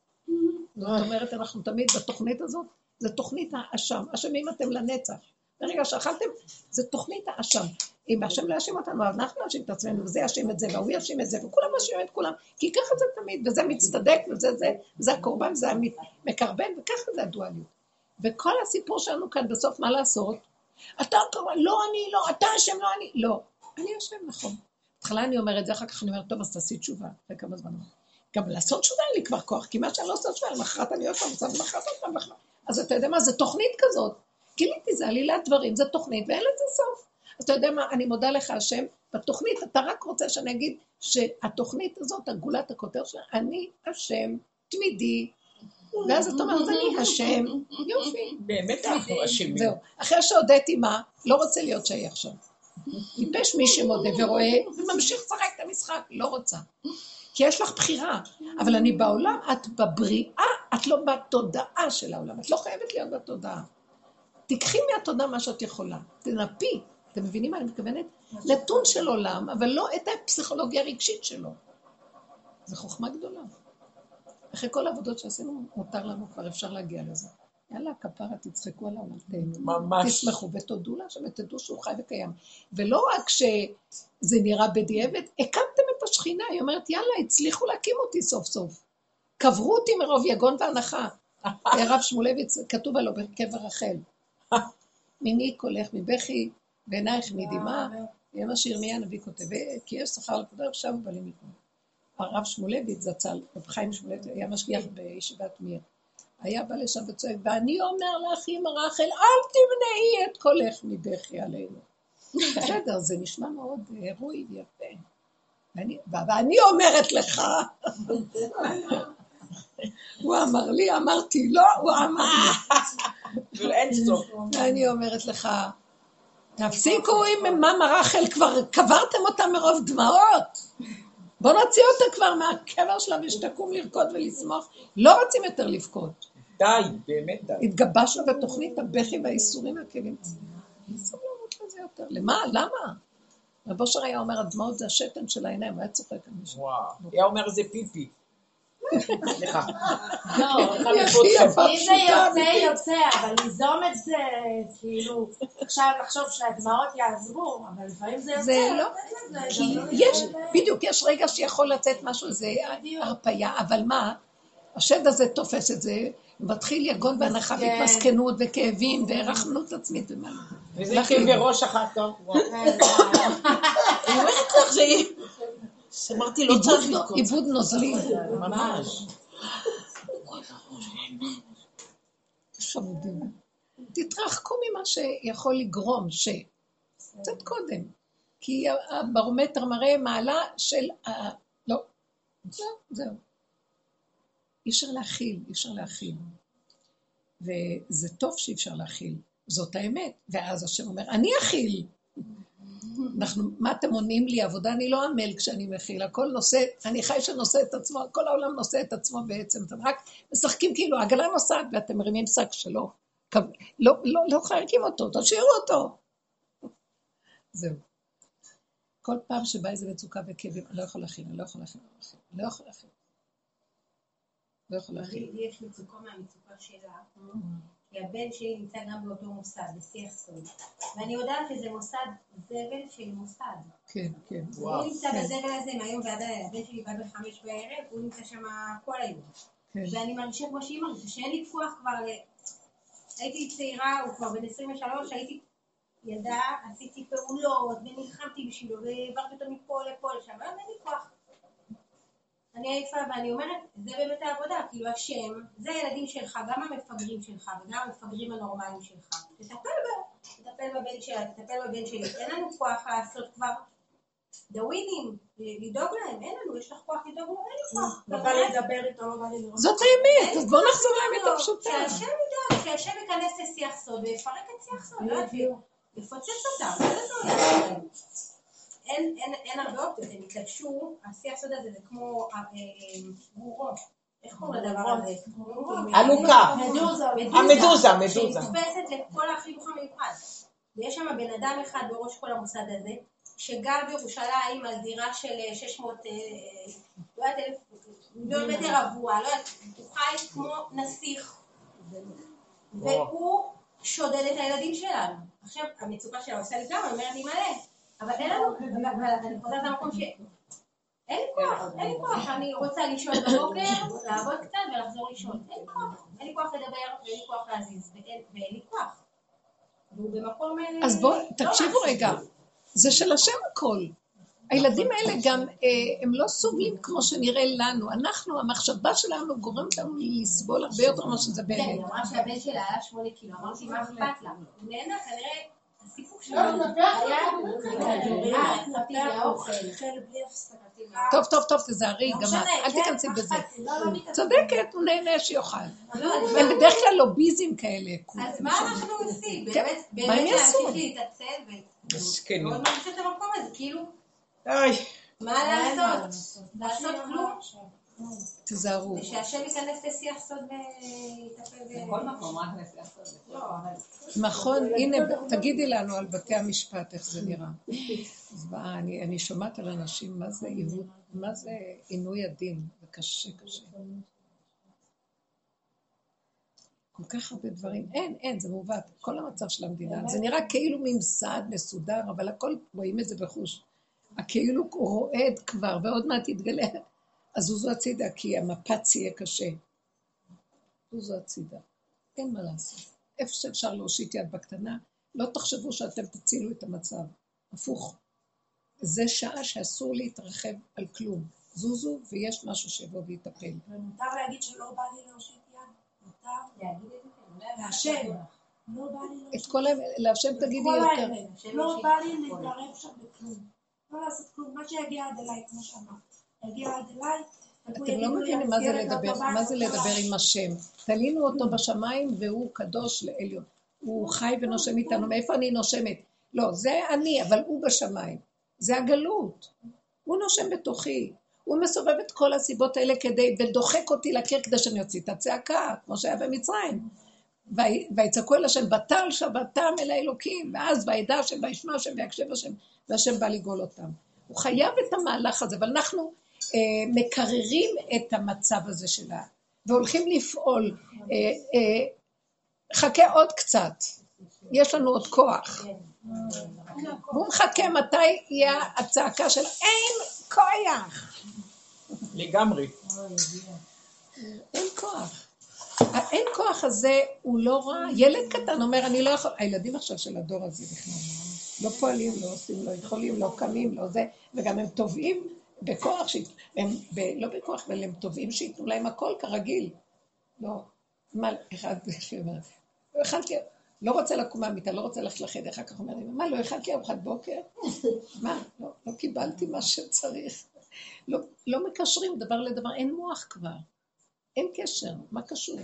זאת אומרת, אנחנו תמיד בתוכנית הזאת, זה תוכנית האשם, אשמים אתם לנצח. ברגע שאכלתם, זה תוכנית האשם. אם השם לא יאשים אותנו, אז אנחנו נאשים את עצמנו, וזה יאשים את זה, והוא יאשים את זה, וכולם יאשים את כולם, כי ככה זה תמיד, וזה מצטדק, וזה זה, זה הקורבן, זה המקרבן, וככה זה הדואליות. וכל הסיפור שלנו כאן בסוף, מה לעשות? אתה קורבן, לא אני, לא, אתה השם, לא אני, לא. אני השם, נכון. התחלה אני אומרת זה, אחר כך אני אומרת, טוב, אז תעשי תשובה, אחרי כמה זמן. גם לעשות תשובה אין לי כבר כוח, כי מה שאני לא עושה תשובה, למחרת אני עוד פעם עושה, למחרת עוד פעם, למחרת. אז אתה יודע מה, זה תוכנית כזאת. גיליתי, זה עלילת דברים, זה תוכנית, ואין לזה סוף. אז אתה יודע מה, אני מודה לך השם, בתוכנית, אתה רק רוצה שאני אגיד שהתוכנית הזאת, הגולת הכותר שלה, אני השם תמידי, ואז אתה אומר, אז אני השם, יופי. באמת אנחנו אשמים. זהו, אחרי שהודיתי מה, לא רוצה להיות שייך שם. טיפש מי שמודה ורואה, וממשיך לשחק את המשחק, לא רוצה. כי יש לך בחירה, אבל אני בעולם, את בבריאה, את לא בתודעה של העולם, את לא חייבת להיות בתודעה. תיקחי מהתודעה מה שאת יכולה, תנפי, אתם מבינים מה אני מתכוונת? נתון של עולם, אבל לא את הפסיכולוגיה הרגשית שלו. זו חוכמה גדולה. אחרי כל העבודות שעשינו, מותר לנו כבר אפשר להגיע לזה. יאללה, כפרה, תצחקו על העולתנו. ממש. תשמחו ותודו לה, ותדעו שהוא חי וקיים. ולא רק שזה נראה בדיעבד, הקמתם את השכינה, היא אומרת, יאללה, הצליחו להקים אותי סוף סוף. קברו אותי מרוב יגון והנחה. הרב שמואלביץ, כתוב עליו בקבר רחל. מיני קולך מבכי, בעינייך מדמעה, יהיה מה שירמיה הנביא כותב, כי יש שכר לפודר, עכשיו הוא בא למקום. הרב שמואלביץ זצ"ל, רב חיים שמואלביץ, היה משגיח בישיבת מיר. היה בא לשם וצועק, ואני אומר לך, אמא רחל, אל תמנעי את קולך מבכי עלינו. בסדר, זה נשמע מאוד הרואי ויפה. ואני, ואני אומרת לך, הוא אמר לי, אמרתי לא, הוא אמר לי. ואין סוף. ואני אומרת לך, תפסיקו עם מאמא רחל, כבר קברתם אותה מרוב דמעות. בוא נוציא אותה כבר מהקבר שלה ושתקום לרקוד ולשמוח. לא רוצים יותר לבכות. די, באמת די. התגבשנו בתוכנית הבכי והאיסורים הכלים. אסור למות לזה יותר. למה? למה? רב אושר היה אומר, הדמעות זה השתן של העיניים, היה צוחק על מישהו. וואו, היה אומר זה פיפי. סליחה. לא, אם זה יוצא, יוצא, אבל ליזום את זה, כאילו, עכשיו לחשוב שהדמעות יעזרו, אבל לפעמים זה יוצא. זה לא, כי יש, בדיוק, יש רגע שיכול לצאת משהו, זה הרפאיה, אבל מה? השד הזה תופס את זה, מתחיל יגון בהנחה והתמסכנות וכאבים ורחמנות עצמית ומעלה. וזה כאבי ראש אחר כך. אני אומרת לך שהיא... אמרתי לא צריך לקרות. עיבוד נוזלי. ממש. חמודים. תתרחקו ממה שיכול לגרום ש... קצת קודם. כי הברומטר מראה מעלה של... לא. זהו, זהו. אי אפשר להכיל, אי אפשר להכיל. וזה טוב שאי אפשר להכיל. זאת האמת. ואז השם אומר, אני אכיל. אנחנו, מה אתם עונים לי? עבודה אני לא עמל כשאני מכיל. הכל נושא, אני חי שנושא את עצמו, כל העולם נושא את עצמו בעצם. אתם רק משחקים כאילו, העגלה נוסעת ואתם מרימים שק שלו. לא, לא, לא חייקים אותו, תשאירו אותו. זהו. כל פעם שבא איזה מצוקה וכאבים, אני לא יכול להכיל, אני לא יכול להכיל, אני לא יכול להכיל. לא יכול להכיל. לי יש מצוקה מהמצוקה שלה, כי הבן שלי נמצא גם באותו מוסד, בשיח סוד. ואני יודעת שזה מוסד זבל של מוסד. כן, כן. הוא נמצא בזבל הזה מהיום ועד הלילה. הבן שלי בא בחמש בערב, הוא נמצא שם כל היום. ואני מרגישה כמו שהיא מרגישה, שאין לי כוח כבר ל... הייתי צעירה, הוא כבר בן עשרים ושלוש, הייתי ילדה, עשיתי פעולות, ונלחמתי בשבילו, והעברתי אותו מפה לפה לשם, אבל אין לי כוח. אני עייפה, ואני אומרת, זה באמת העבודה, כאילו השם, זה הילדים שלך, גם המפגרים שלך, וגם המפגרים הנורמליים שלך. תטפל בה, תטפל בבן שלה, תטפל בבן שלי. אין לנו כוח לעשות כבר דווינים, לדאוג להם, אין לנו, יש לך כוח לדאוג להם, אין לי כוח. לא בא לדבר איתו, לא בא לי לראות. זאת האמת, אז בואו נחזור לאמת הפשוטה. שהשם ידע, שהשם ייכנס לשיח סוד, ויפרק את שיח סוד, לא יפיר, יפוצץ אותם, לא ידעו להם. אין, אין, אין הרבה אופציות, הם התלבשו, השיח סוד הזה זה כמו גורו, איך קוראים לדבר הזה? אלוקה, המדוזה, המדוזה. שנתפסת לכל החינוך המיוחד. ויש שם בן אדם אחד בראש כל המוסד הזה, שגר בירושלים על דירה של שש מאות, לא יודעת, אלף, מיליון מטר רבוע, לא יודעת, הוא חי כמו נסיך, והוא שודד את הילדים שלנו. עכשיו, המצוקה שלה עושה לי גם, אני אומרת לי מלא. אבל אין לנו, אני חוזרת למקום ש... אין לי כוח, אין לי כוח, אני רוצה לישון בבוקר, לעבוד קצת ולחזור לישון. אין לי כוח, אין לי כוח לדבר ואין לי כוח להזיז, ואין לי כוח. והוא במקום... אז בואו, תקשיבו רגע, זה של השם הכל. הילדים האלה גם, הם לא סובלים כמו שנראה לנו. אנחנו, המחשבה שלנו גורמת לנו לסבול הרבה יותר מה שזה באמת. כן, היא אמרה שהבן שלה היה שמונה קילו, אמרתי מה אכפת לה? הוא נהנה, כנראה... הסיפוק שלנו היה חפי והאוכל. טוב, טוב, טוב, תזהרי, גם אל תיכנסי בזה. צודקת, הוא נהנה שיוכל. הם בדרך כלל לוביזם כאלה. אז מה אנחנו עושים? באמת להמשיך להתעצל ועוד מרגיש את המקום הזה, כאילו, מה לעשות? לעשות כלום? תזהרו. ושהשם ייכנס לשיח סוד ויטפל בכל מקום, רק לשיח סוד. לא, אבל... נכון, הנה, תגידי לנו על בתי המשפט, איך זה נראה. אז באה, אני, אני שומעת על אנשים, מה זה עיוות, מה זה עינוי הדין, זה קשה, קשה. כל כך הרבה דברים, אין, אין, זה מעוות, כל המצב של המדינה, זה נראה כאילו ממסד מסודר, אבל הכל, רואים את זה בחוש. הכאילו רועד כבר, ועוד מעט יתגלה. אז זוזו הצידה, כי המפץ יהיה קשה. זוזו הצידה. אין מה לעשות. איפה שאפשר להושיט יד בקטנה, לא תחשבו שאתם תצילו את המצב. הפוך. זה שעה שאסור להתרחב על כלום. זוזו ויש משהו שיבוא ויטפל. ומותר להגיד שלא בא לי להושיט יד. מותר להגיד את זה. להשם. לא בא לי להושיט. את כל האמת, להשם תגידי יותר. לא בא לי להתערב שם בכלום. לא לעשות כלום. מה שיגיע עד אליי, כמו שאמרת. יגיע עד אליי. אתם לא מבינים מה זה לדבר, מה זה לדבר עם השם. תלינו אותו בשמיים והוא קדוש לעליון. הוא חי ונושם איתנו. מאיפה אני נושמת? לא, זה אני, אבל הוא בשמיים. זה הגלות. הוא נושם בתוכי. הוא מסובב את כל הסיבות האלה כדי, ודוחק אותי לקיר כדי שאני אוציא את הצעקה, כמו שהיה במצרים. ויצעקו אל השם, בטל שבתם אל האלוקים, ואז וידע השם, וישמע השם, ויקשב השם, והשם בא לגאול אותם. הוא חייב את המהלך הזה, אבל אנחנו אה, מקררים את המצב הזה שלה, והולכים לפעול, אה, אה, חכה עוד קצת, יש לנו עוד כוח. והוא מחכה מתי יהיה הצעקה של אין כוח. לגמרי. אין כוח. האין כוח הזה הוא לא רע. ילד קטן אומר, אני לא יכול... הילדים עכשיו של הדור הזה בכלל. לא פועלים, לא עושים, לא יכולים, לא קמים, לא זה. וגם הם טובעים בכוח, הם ב... לא בכוח, אבל הם טובעים שיתנו להם הכל כרגיל. לא. מה, אחד שאומר, לא אכלתי, לא רוצה לקום מהמיטה, לא רוצה ללכת לחדר, אחר כך אומר לי, מה, לא אכלתי ארוחת בוקר? מה, לא, לא קיבלתי מה שצריך. לא, לא מקשרים דבר לדבר, אין מוח כבר. אין קשר, מה קשור?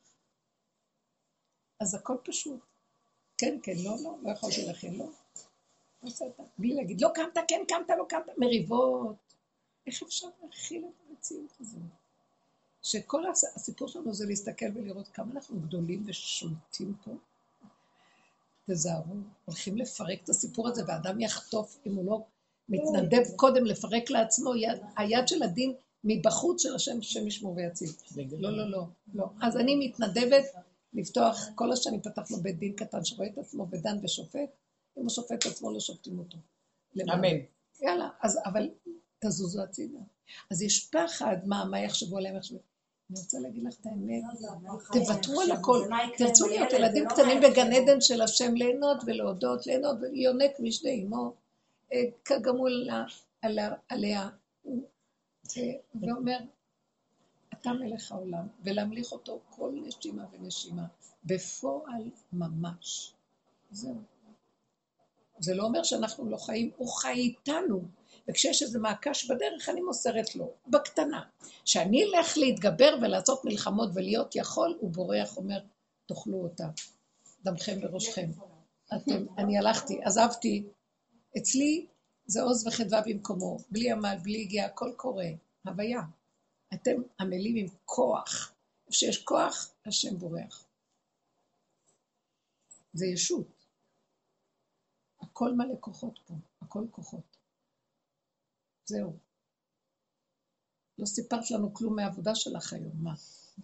אז הכל פשוט. כן, כן, לא, לא, לא יכולתי לכן, לא. לא עושה אותה. בלי להגיד, לא קמת, כן, קמת, לא קמת, מריבות. איך אפשר להכיל את המציאות הזו? שכל הסיפור שלנו זה להסתכל ולראות כמה אנחנו גדולים ושולטים פה. תזהרו, הולכים לפרק את הסיפור הזה, ואדם יחטוף אם הוא לא מתנדב קודם לפרק לעצמו, יד, היד של הדין מבחוץ של השם, השם ישמור ויציל. לא, לא, לא, לא. אז אני מתנדבת לפתוח, כל השנים פתח לו בית דין קטן שרואה את עצמו ודן ושופט, אם הוא שופט את עצמו לא שופטים אותו. אמן. יאללה, אז, אבל תזוזו הצידה. אז יש פחד, מה, מה יחשבו עליהם, יחשבו. אני רוצה להגיד לך את האמת, תוותרו על הכל, תרצו להיות ילדים קטנים בגן עדן של השם, ליהנות ולהודות, ליהנות ויונק משנה אמו, כגמול עליה, ואומר, אתה מלך העולם, ולהמליך אותו כל נשימה ונשימה, בפועל ממש. זהו. זה לא אומר שאנחנו לא חיים, הוא חי איתנו, וכשיש איזה מעקש בדרך, אני מוסרת לו, בקטנה. שאני אלך להתגבר ולעשות מלחמות ולהיות יכול, הוא בורח, אומר, תאכלו אותה, דמכם בראשכם. אתם, אני הלכתי, עזבתי, אצלי זה עוז וחדווה במקומו, בלי עמל, בלי הגיעה, הכל קורה, הוויה. אתם עמלים עם כוח, כשיש כוח, השם בורח. זה ישות. הכל מלא כוחות פה, הכל כוחות. זהו. לא סיפרת לנו כלום מהעבודה שלך היום, מה?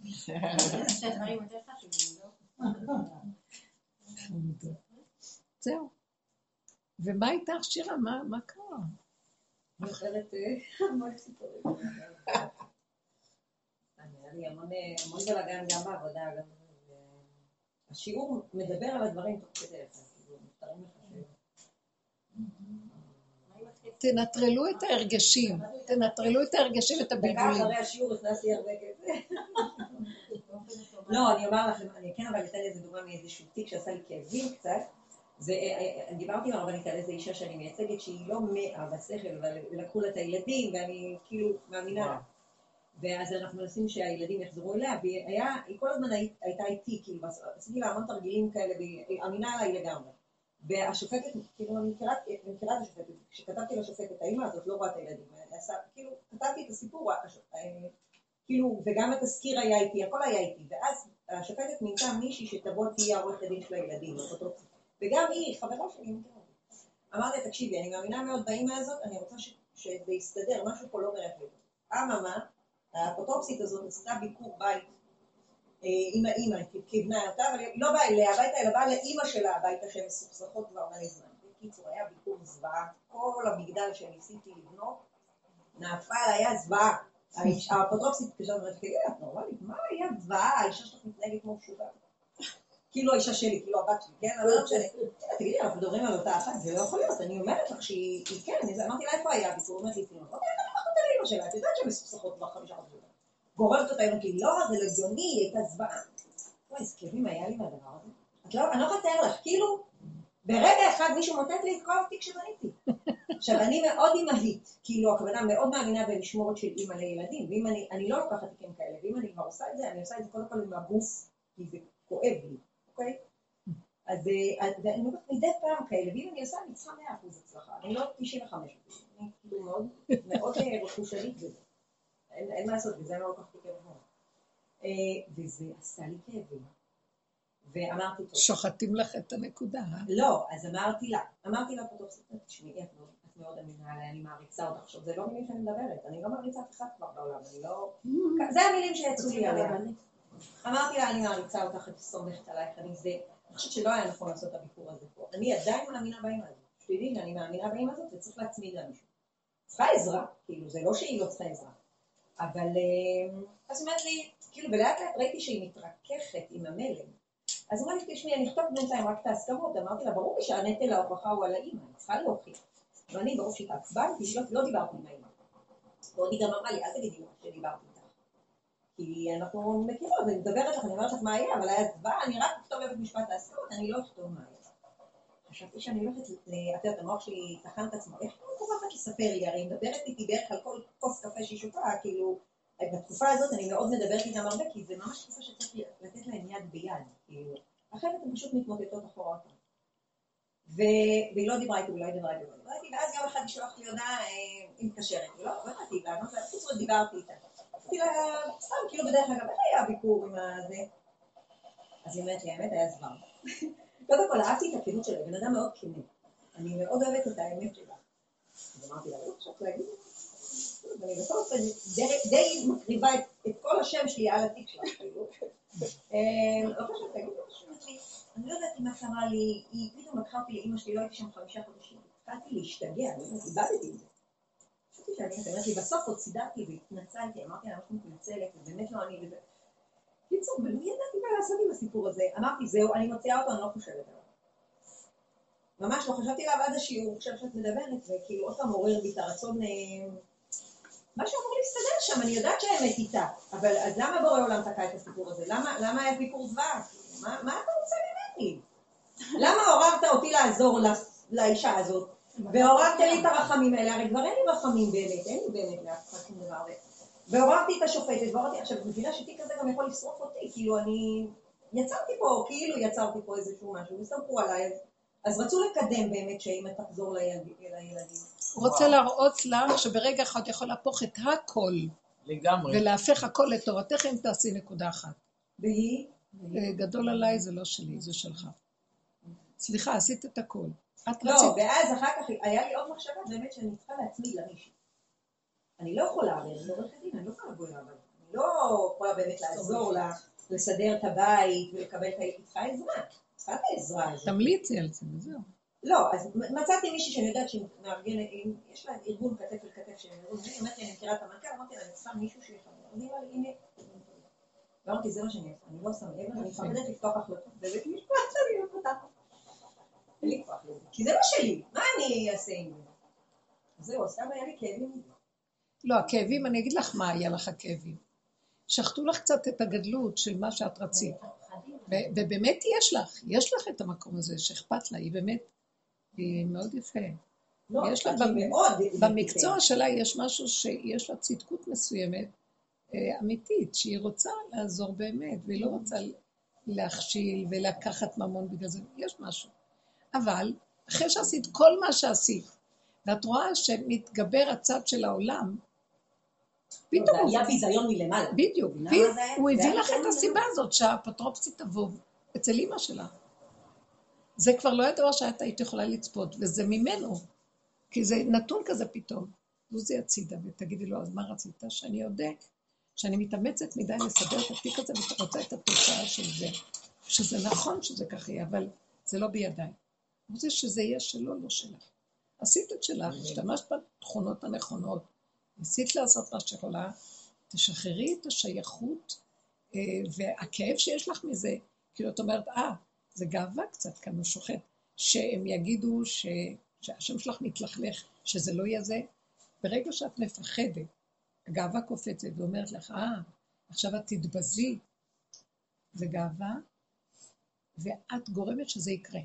זהו. ומה איתך שירה? מה קרה? אני אחרת המון סיפורים. היה לי המון בלגן גם בעבודה, גם השיעור מדבר על הדברים תוך כדי אחד, כאילו, מפתרים לחשב. תנטרלו את ההרגשים, תנטרלו את ההרגשים, את הבלבולים. דקה אחרי השיעור הכנסתי הרבה כזה. לא, אני אומר לכם, אני כן אבל אתן איזה דוגמה מאיזשהו תיק שעשה לי כאבים קצת, דיברתי עם הרבנית על איזו אישה שאני מייצגת שהיא לא מאה בשכל, ולקחו לה את הילדים ואני כאילו מאמינה. ואז אנחנו מנסים שהילדים יחזרו אליה, והיא כל הזמן הייתה איתי, כאילו עשיתי לה המון תרגילים כאלה, והיא אמינה עליי לגמרי. והשופטת, כאילו אני מכירה את השופטת, כשכתבתי לשופטת, האמא הזאת לא רואה את הילדים, כאילו כתבתי את הסיפור, כאילו, וגם התזכיר היה איתי, הכל היה איתי, ואז השופטת מינתה מישהי שתבוא תהיה עורכת הדין של הילדים, וגם היא, חברה שלי, אמרתי, תקשיבי, אני מאמינה מאוד באמא הזאת, אני רוצה שזה יסתדר, משהו פה לא מראה לי. אממה, האפוטרופסית הזאת עשתה ביקור בית, עם האמא, כבנה אותה, אבל לא באה אליה הביתה, אלא באה לאמא שלה הביתה שהן מסוכסכות כבר מלא זמן. בקיצור, היה ביקור זוועה, כל המגדל שניסיתי לבנות, נפל, היה זוועה. האפוטרופסית התקשרה ואומרת, תגידי, את נורמלית, מה היה זוועה? האישה שלך מתנהגת כמו משוגעת. כאילו האישה שלי, כאילו הבת שלי, כן? אבל לא משנה. תגידי, אנחנו מדברים על אותה אחת, זה לא יכול להיות, אני אומרת לך שהיא, כן, אמרתי לה איפה היה הביקור, אומרת לי, אמרתי, אני לא יכולת לאמא שלה, את יודעת שהן מסוכסכות כבר חמישה חודשים. גוררת אותה, אמרתי, לא, זה לא הגיוני, היא הייתה זוועה. וואי, איזה כאבים היה לי מהדבר הזה. אני לא יכולה לתאר לך, כאילו, ברגע אחד מישהו מוטט לי את כל התיק שבניתי. עכשיו, אני מאוד אימהית, כאילו, הכוונה מאוד מאמינה במשמורת של אימא לילדים, ואם אני, אני לא לוקחת תיקים כאלה, ואם אני כבר עושה את זה, אני עושה את זה קודם כל עם הגוף, כי זה כואב לי, אוקיי? אז אני לוקחת מדי פעם כאלה, ואם אני עושה, אני צריכה מאה אחוז הצלחה, אני לא תשעים וחמש אחוז, אני כאילו מאוד, מאוד רכושנית בזה. אין מה לעשות, וזה אני לא לוקחת תיקים אחר. וזה עשה לי כאבים. ואמרתי טוב. שוחטים לך את הנקודה, אה? לא, אז אמרתי לה, אמרתי לה פתאום, תשמעי, את מאוד אמינה עליי, אני מעריצה אותך. עכשיו, זה לא מילים שאני מדברת, אני לא מעריצה אף אחד כבר בעולם, אני לא... זה המילים שיצאו לי עליה. אמרתי לה, אני מעריצה אותך, את סומכת עלייך, אני זה... אני חושבת שלא היה נכון לעשות את הביקור הזה פה. אני עדיין מאמינה באמא הזאת. שתדעי שאני מאמינה באמא הזאת, וצריך להצמיד לה מישהו. צריכה עזרה, כאילו, זה לא שהיא לא צריכה עזרה. אבל, אז אומרת לי, כאילו, בלאט לאט ראיתי שהיא מתרככת עם המלם. אז אמרה לי, תשמעי, אני אכתוב בינתיים רק את ההסכמות. אמרתי לה, ברור לי שהנטל ההוכחה הוא על האמא, אני צריכה להוכיח. ואני ברור שהתעצבנתי, לא דיברתי עם האמא. ועוד היא גם אמרה לי, אל תגידי לה שדיברתי איתך. כי אנחנו מכירות, אני מדברת לך, אני אומרת לך מה היה, אבל היה זוועה, אני רק אכתוב בבית משפט ההסכמות, אני לא אכתוב מה היה. חשבתי שאני הולכת, את יודעת, המוח שלי תחן את עצמו, איך לא קוראת לספר לי, הרי מדברת איתי בערך על כל כוס קפה שהיא שותה, כאילו, בתקופה הזאת אני מאוד מדברת איתם הרבה, כי זה ממש תקופה שצריך לתת להם יד ביד, כאילו, אחרת הן פשוט מתמוטטות אחורה אותם. והיא לא דיברה איתי, ולא דיברה איתי, ולא דיברה איתי, ואז יום אחד לשלוח לי הודעה, היא מתקשרת, ולא, לא באתי, ואמרת לה, פשוט דיברתי איתה. אמרתי לה, סתם, כאילו בדרך אגב, איך היה הביקור עם הזה? אז היא אומרת לי, האמת היה זוועה. קודם כל, אהבתי את הכנות שלה, בן אדם מאוד כנה. אני מאוד אוהבת את האמת שלה. אז אמרתי לה, לא חשבת להגיד לי? ואני בכל אופן די מקריבה את כל השם שלי על התיק שלה, כאילו. לא חשבת להגיד לי? אני לא יודעת אם את אמרה לי, היא פתאום לקחה אותי לאמא שלי, לא הייתי שם חמישה חודשים. התחלתי להשתגע, אני איבדתי את זה. חשבתי שאני אומרת לי, בסוף עוד סידרתי והתנצלתי, אמרתי לה, אני מתנצלת, ובאמת לא אני וזה. קיצור, ולא ידעתי מה לעשות עם הסיפור הזה. אמרתי, זהו, אני מוציאה אותו, אני לא חושבת עליו. ממש לא חשבתי עליו עד השיעור, עכשיו שאת מדברת, וכאילו עוד פעם עורר בי את הרצון, מה שאמור להסתדר שם, אני יודעת שהאמת איתה, אבל אז למה בורא עולם תקע את הסיפור הזה? למה, למה היה ביקור זוועה? מה, מה אתה רוצה ממני? למה עוררת אותי לעזור לאישה הזאת? ועוררת לי את הרחמים האלה, הרי כבר אין לי רחמים באמת, אין לי באמת לאף אחד שום דבר. ועוררתי את השופטת, ועוררתי, עכשיו, מבינה שתיק הזה גם יכול לשרוף אותי, כאילו אני יצרתי פה, כאילו יצרתי פה איזשהו משהו, וסמכו עליי, אז רצו לקדם באמת שאמא תחזור לילדים. הוא רוצה להראות לך שברגע אחד יכול להפוך את הכל, לגמרי. ולהפך הכל לתורתך אם תעשי נקודה אחת. והיא? גדול עליי זה לא שלי, זה שלך. סליחה, עשית את הכל. לא, ואז אחר כך היה לי עוד מחשבה באמת שאני צריכה להצמיד למישהו. אני לא יכולה, אני לא עורכת דין, אני לא יכולה לבוא אליו, אני לא יכולה באמת לעזור לה, לסדר את הבית ולקבל את איתך עזרה. צריכה את העזרה הזאת. תמליצי על זה, וזהו. לא, אז מצאתי מישהי שאני יודעת שהיא מארגנת, יש לה ארגון כתף אל כתף של ארגון, אני אומרת לי, אני מכירה את המנכ"ל, אמרתי לה, אני צריכה מישהו שיחבר. אני אמרה לי, הנה, ואמרתי, זה מה שאני עושה, אני לא עושה לב, אני מפחדת לפתוח החלטות, בבית משפט שאני לא פותחת. אין לי כוח לזה, כי זה לא שלי, מה אני אעשה עם זה? זהו, סתם היה לי כאבים מזה. לא, הכאבים, אני אגיד לך מה היה לך הכאבים. שחטו לך קצת את הגדלות של מה שאת רצית. ובאמת יש לך, יש לך את המקום הזה שאכפת לה, היא באמת, היא מאוד יפה. יש לה במקצוע שלה יש משהו שיש לה צדקות מסוימת, אמיתית, שהיא רוצה לעזור באמת, והיא לא רוצה להכשיל ולקחת ממון בגלל זה, יש משהו. אבל אחרי שעשית כל מה שעשית, ואת רואה שמתגבר הצד של העולם, פתאום היה ביזיון מלמעלה. בדיוק, הוא הביא לך את הסיבה הזאת שהאפוטרופסית תבוא אצל אמא שלה. זה כבר לא היה דבר שאת היית יכולה לצפות, וזה ממנו, כי זה נתון כזה פתאום. זה הצידה, ותגידי לו, אז מה רצית? שאני יודע שאני מתאמצת מדי לסדר את התיק הזה, ואתה רוצה את התוצאה של זה. שזה נכון שזה כך יהיה, אבל זה לא בידיים. זה שזה יהיה שלו, לא שלך. עשית את שלך, השתמשת בתכונות הנכונות, ניסית לעשות מה שיכולה, תשחררי את השייכות, והכאב שיש לך מזה, כאילו את אומרת, אה, זה גאווה קצת כאן, הוא שוחט, שהם יגידו ש... שהשם שלך מתלכלך, שזה לא יהיה זה, ברגע שאת מפחדת, הגאווה קופצת ואומרת לך, אה, עכשיו את תתבזי, זה גאווה, ואת גורמת שזה יקרה.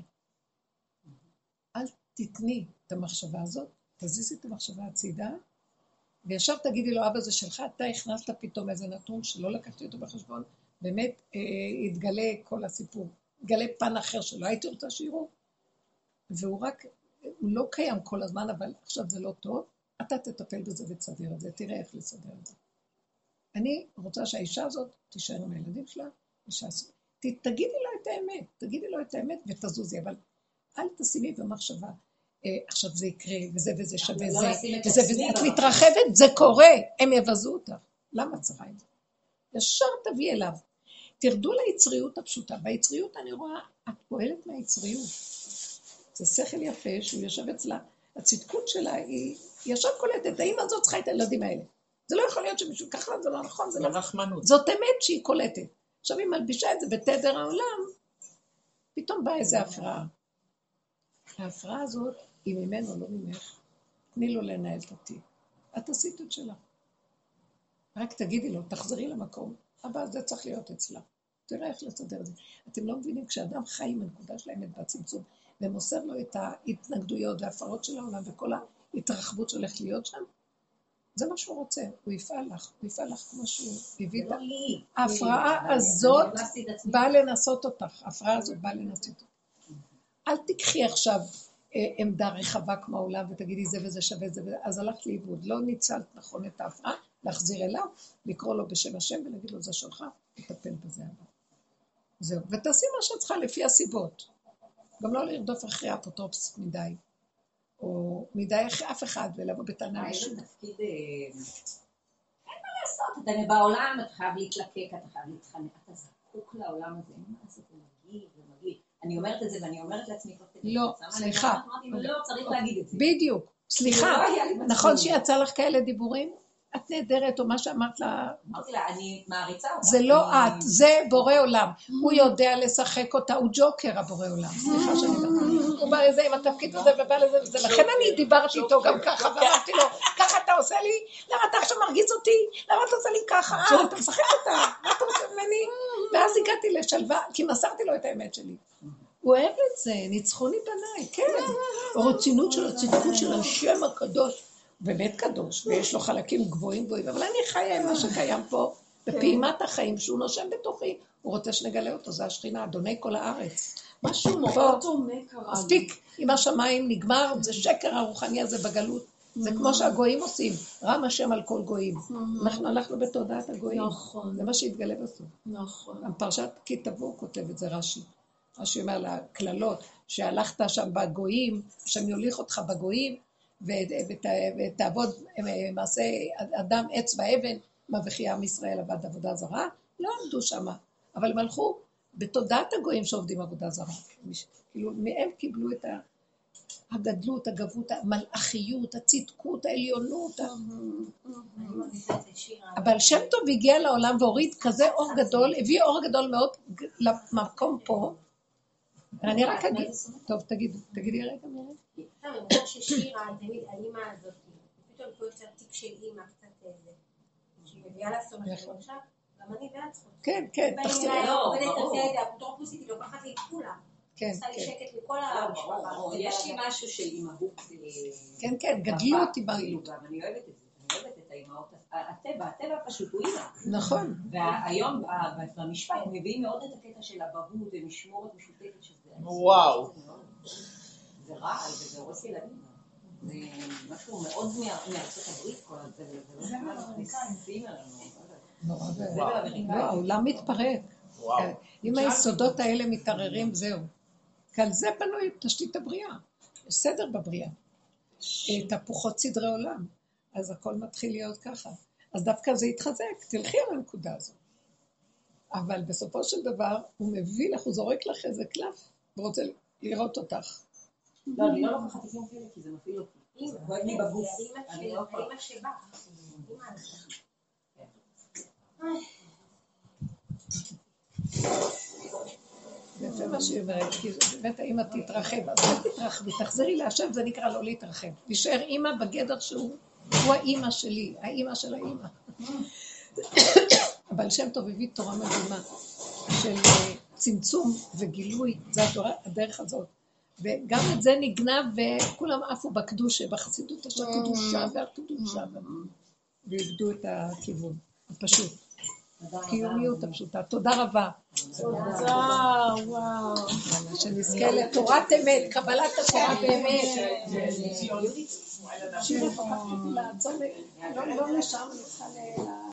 אל תתני את המחשבה הזאת, תזיזי את המחשבה הצידה, וישר תגידי לו, אבא זה שלך, אתה הכנסת פתאום איזה נתון שלא לקחתי אותו בחשבון, באמת אה, יתגלה כל הסיפור, יתגלה פן אחר שלא הייתי רוצה שיראו, והוא רק, הוא לא קיים כל הזמן, אבל עכשיו זה לא טוב, אתה תטפל בזה ותסדר את זה, תראה איך לסדר את זה. אני רוצה שהאישה הזאת תישאר עם הילדים שלה, תגידי לה את את האמת, תגידי לו את האמת ותזוזי, אבל אל תשימי במחשבה. עכשיו זה יקרה, וזה וזה שווה זה, וזה וזה, את מתרחבת, זה קורה, הם יבזו אותך. למה צריכה את זה? ישר תביא אליו. תרדו ליצריות הפשוטה. ביצריות אני רואה, את פועלת מהיצריות. זה שכל יפה שהוא יושב אצלה. הצדקות שלה היא ישר קולטת. האמא הזאת צריכה את הילדים האלה. זה לא יכול להיות שמישהו ככה, זה לא נכון, זה לא רחמנות. זאת אמת שהיא קולטת. עכשיו היא מלבישה את זה בתדר העולם, פתאום באה איזו הפרעה. ההפרעה הזאת היא ממנו, לא ממך. תני לו לנהל את התיק. את עשית את שלה. רק תגידי לו, תחזרי למקום. אבל זה צריך להיות אצלה. תראה איך לסדר את זה. אתם לא מבינים, כשאדם חי עם הנקודה של האמת והצמצום, ומוסר לו את ההתנגדויות וההפרות של העולם, וכל ההתרחבות שהולכת להיות שם, זה מה שהוא רוצה. הוא יפעל לך, הוא יפעל לך כמו שהוא הביא את ההפרעה הזאת, באה לנסות אותך. ההפרעה הזאת באה לנסות אותך. אל תיקחי עכשיו עמדה רחבה כמו העולם, ותגידי זה וזה שווה זה וזה, אז הלכת לאיבוד. לא ניצלת נכון את ההפרעה, להחזיר אליו, לקרוא לו בשם השם ולהגיד לו זה שלך, תטפל בזה הבא. זהו, ותעשי מה שאת צריכה לפי הסיבות. גם לא לרדוף אחרי אפוטרופוס מדי, או מדי אחרי אף אחד, ולבוא בטענה משהו. איזה תפקיד, אין מה לעשות, אתה בעולם, אתה חייב להתלקק, אתה חייב להתחנך, אתה זקוק לעולם הזה, אין מה לעשות, זה מגיע, זה מגיע. אני אומרת את זה, ואני אומרת לעצמי, לא, סליחה. לא, צריך להגיד את זה. בדיוק, סליחה. נכון שיצא לך כאלה דיבורים? את נהדרת, או מה שאמרת לה... אמרתי לה, אני מעריצה אותה. זה לא את, זה בורא עולם. הוא יודע לשחק אותה, הוא ג'וקר הבורא עולם. סליחה שאני מדברת. הוא בא לזה עם התפקיד הזה ובא לזה וזה. לכן אני דיברתי איתו גם ככה, ואמרתי לו, ככה אתה עושה לי? למה אתה עכשיו מרגיז אותי? למה אתה עושה לי ככה? אה, אתה משחק אותה. מה אתה רוצה ממני? ואז הגעתי לשלווה, כי מסרתי לו את האמת שלי. הוא אוהב את זה, ניצחוני בניי, כן. הרצינות של הצדקות של השם הקדוש. באמת קדוש, ויש לו חלקים גבוהים גבוהים, אבל אני חיה עם מה שקיים פה, בפעימת החיים, שהוא נושם בתוכי, הוא רוצה שנגלה אותו, זה השכינה, אדוני כל הארץ. משהו מאוד דומה קרה. מספיק, אם השמיים נגמר, זה שקר הרוחני הזה בגלות, זה כמו שהגויים עושים, רם השם על כל גויים. אנחנו הלכנו בתודעת הגויים, זה מה שהתגלה בסוף. נכון. הפרשת כי תבוא כותב את זה רש"י. רש"י אומר לה, כללות, שהלכת שם בגויים, שאני הוליך אותך בגויים, ותעבוד מעשה אדם עץ ואבן, מה וכי עם ישראל עבד עבודה זרה, לא עמדו שם, אבל הם הלכו בתודעת הגויים שעובדים עבודה זרה. כאילו, מהם קיבלו את הגדלות, הגבות, המלאכיות, הצדקות, העליונות. אבל שם טוב הגיע לעולם והוריד כזה אור גדול, הביא אור גדול מאוד למקום פה, אני רק אגיד, טוב, תגידי, תגידי רגע מראה. אני רוצה ששירה, תמיד האמא הזאת, פתאום פה יותר תיק של אימא קצת איזה, שהיא מביאה לעשות משהו עכשיו, גם אני בעצמי. כן, כן, תחזרי. אני עובדת על זה, האפוטרופוסית היא לוקחת לי את כולה. כן, עושה לי שקט לכל המשפחה. יש לי משהו של אימהות. כן, כן, גדלו אותי באימהות. אני אוהבת את זה, אני אוהבת את האימהות. הטבע, הטבע פשוט הוא אימא. נכון. והיום במשפט מביאים מאוד את הקטע של אבהות ומשמורת משותפת שזה. וואו. זה רעל וזה הורס ילדים. זה משהו מאוד מארצות הברית כל הזה, וזה לא מכניסים עלינו. לא, העולם מתפרק. אם היסודות האלה מתערערים, זהו. כי על זה בנוי תשתית הבריאה. יש סדר בבריאה. תפוחות סדרי עולם. אז הכל מתחיל להיות ככה. אז דווקא זה יתחזק, תלכי על הנקודה הזאת. אבל בסופו של דבר, הוא מביא לך, הוא זורק לך איזה קלף, ורוצה לראות אותך. לא, אני לא לוקחת תיקים כאלה, כי זה מפעיל אותי. זה כואב לי בגוף. האמא שבא. זה יפה מה שהיא אומרת, כי באמת האמא תתרחב, אז לא תתרחבי, תחזרי להשם, זה נקרא לא להתרחב. להישאר אמא בגדר שהוא, הוא האמא שלי, האמא של האמא. אבל שם טוב הביא תורה מדהימה של צמצום וגילוי, זה התורה, הדרך הזאת. וגם את זה נגנב וכולם עפו בקדושה, בחסידות יש הקדושה והקדושה, ואיבדו את הכיוון, הפשוט. קיומיות הפשוטה. תודה רבה. תודה, וואו. שנזכה לתורת אמת, קבלת התורה באמת. שירה פקחת אותי לעצור, לא לשם, אני צריכה ל...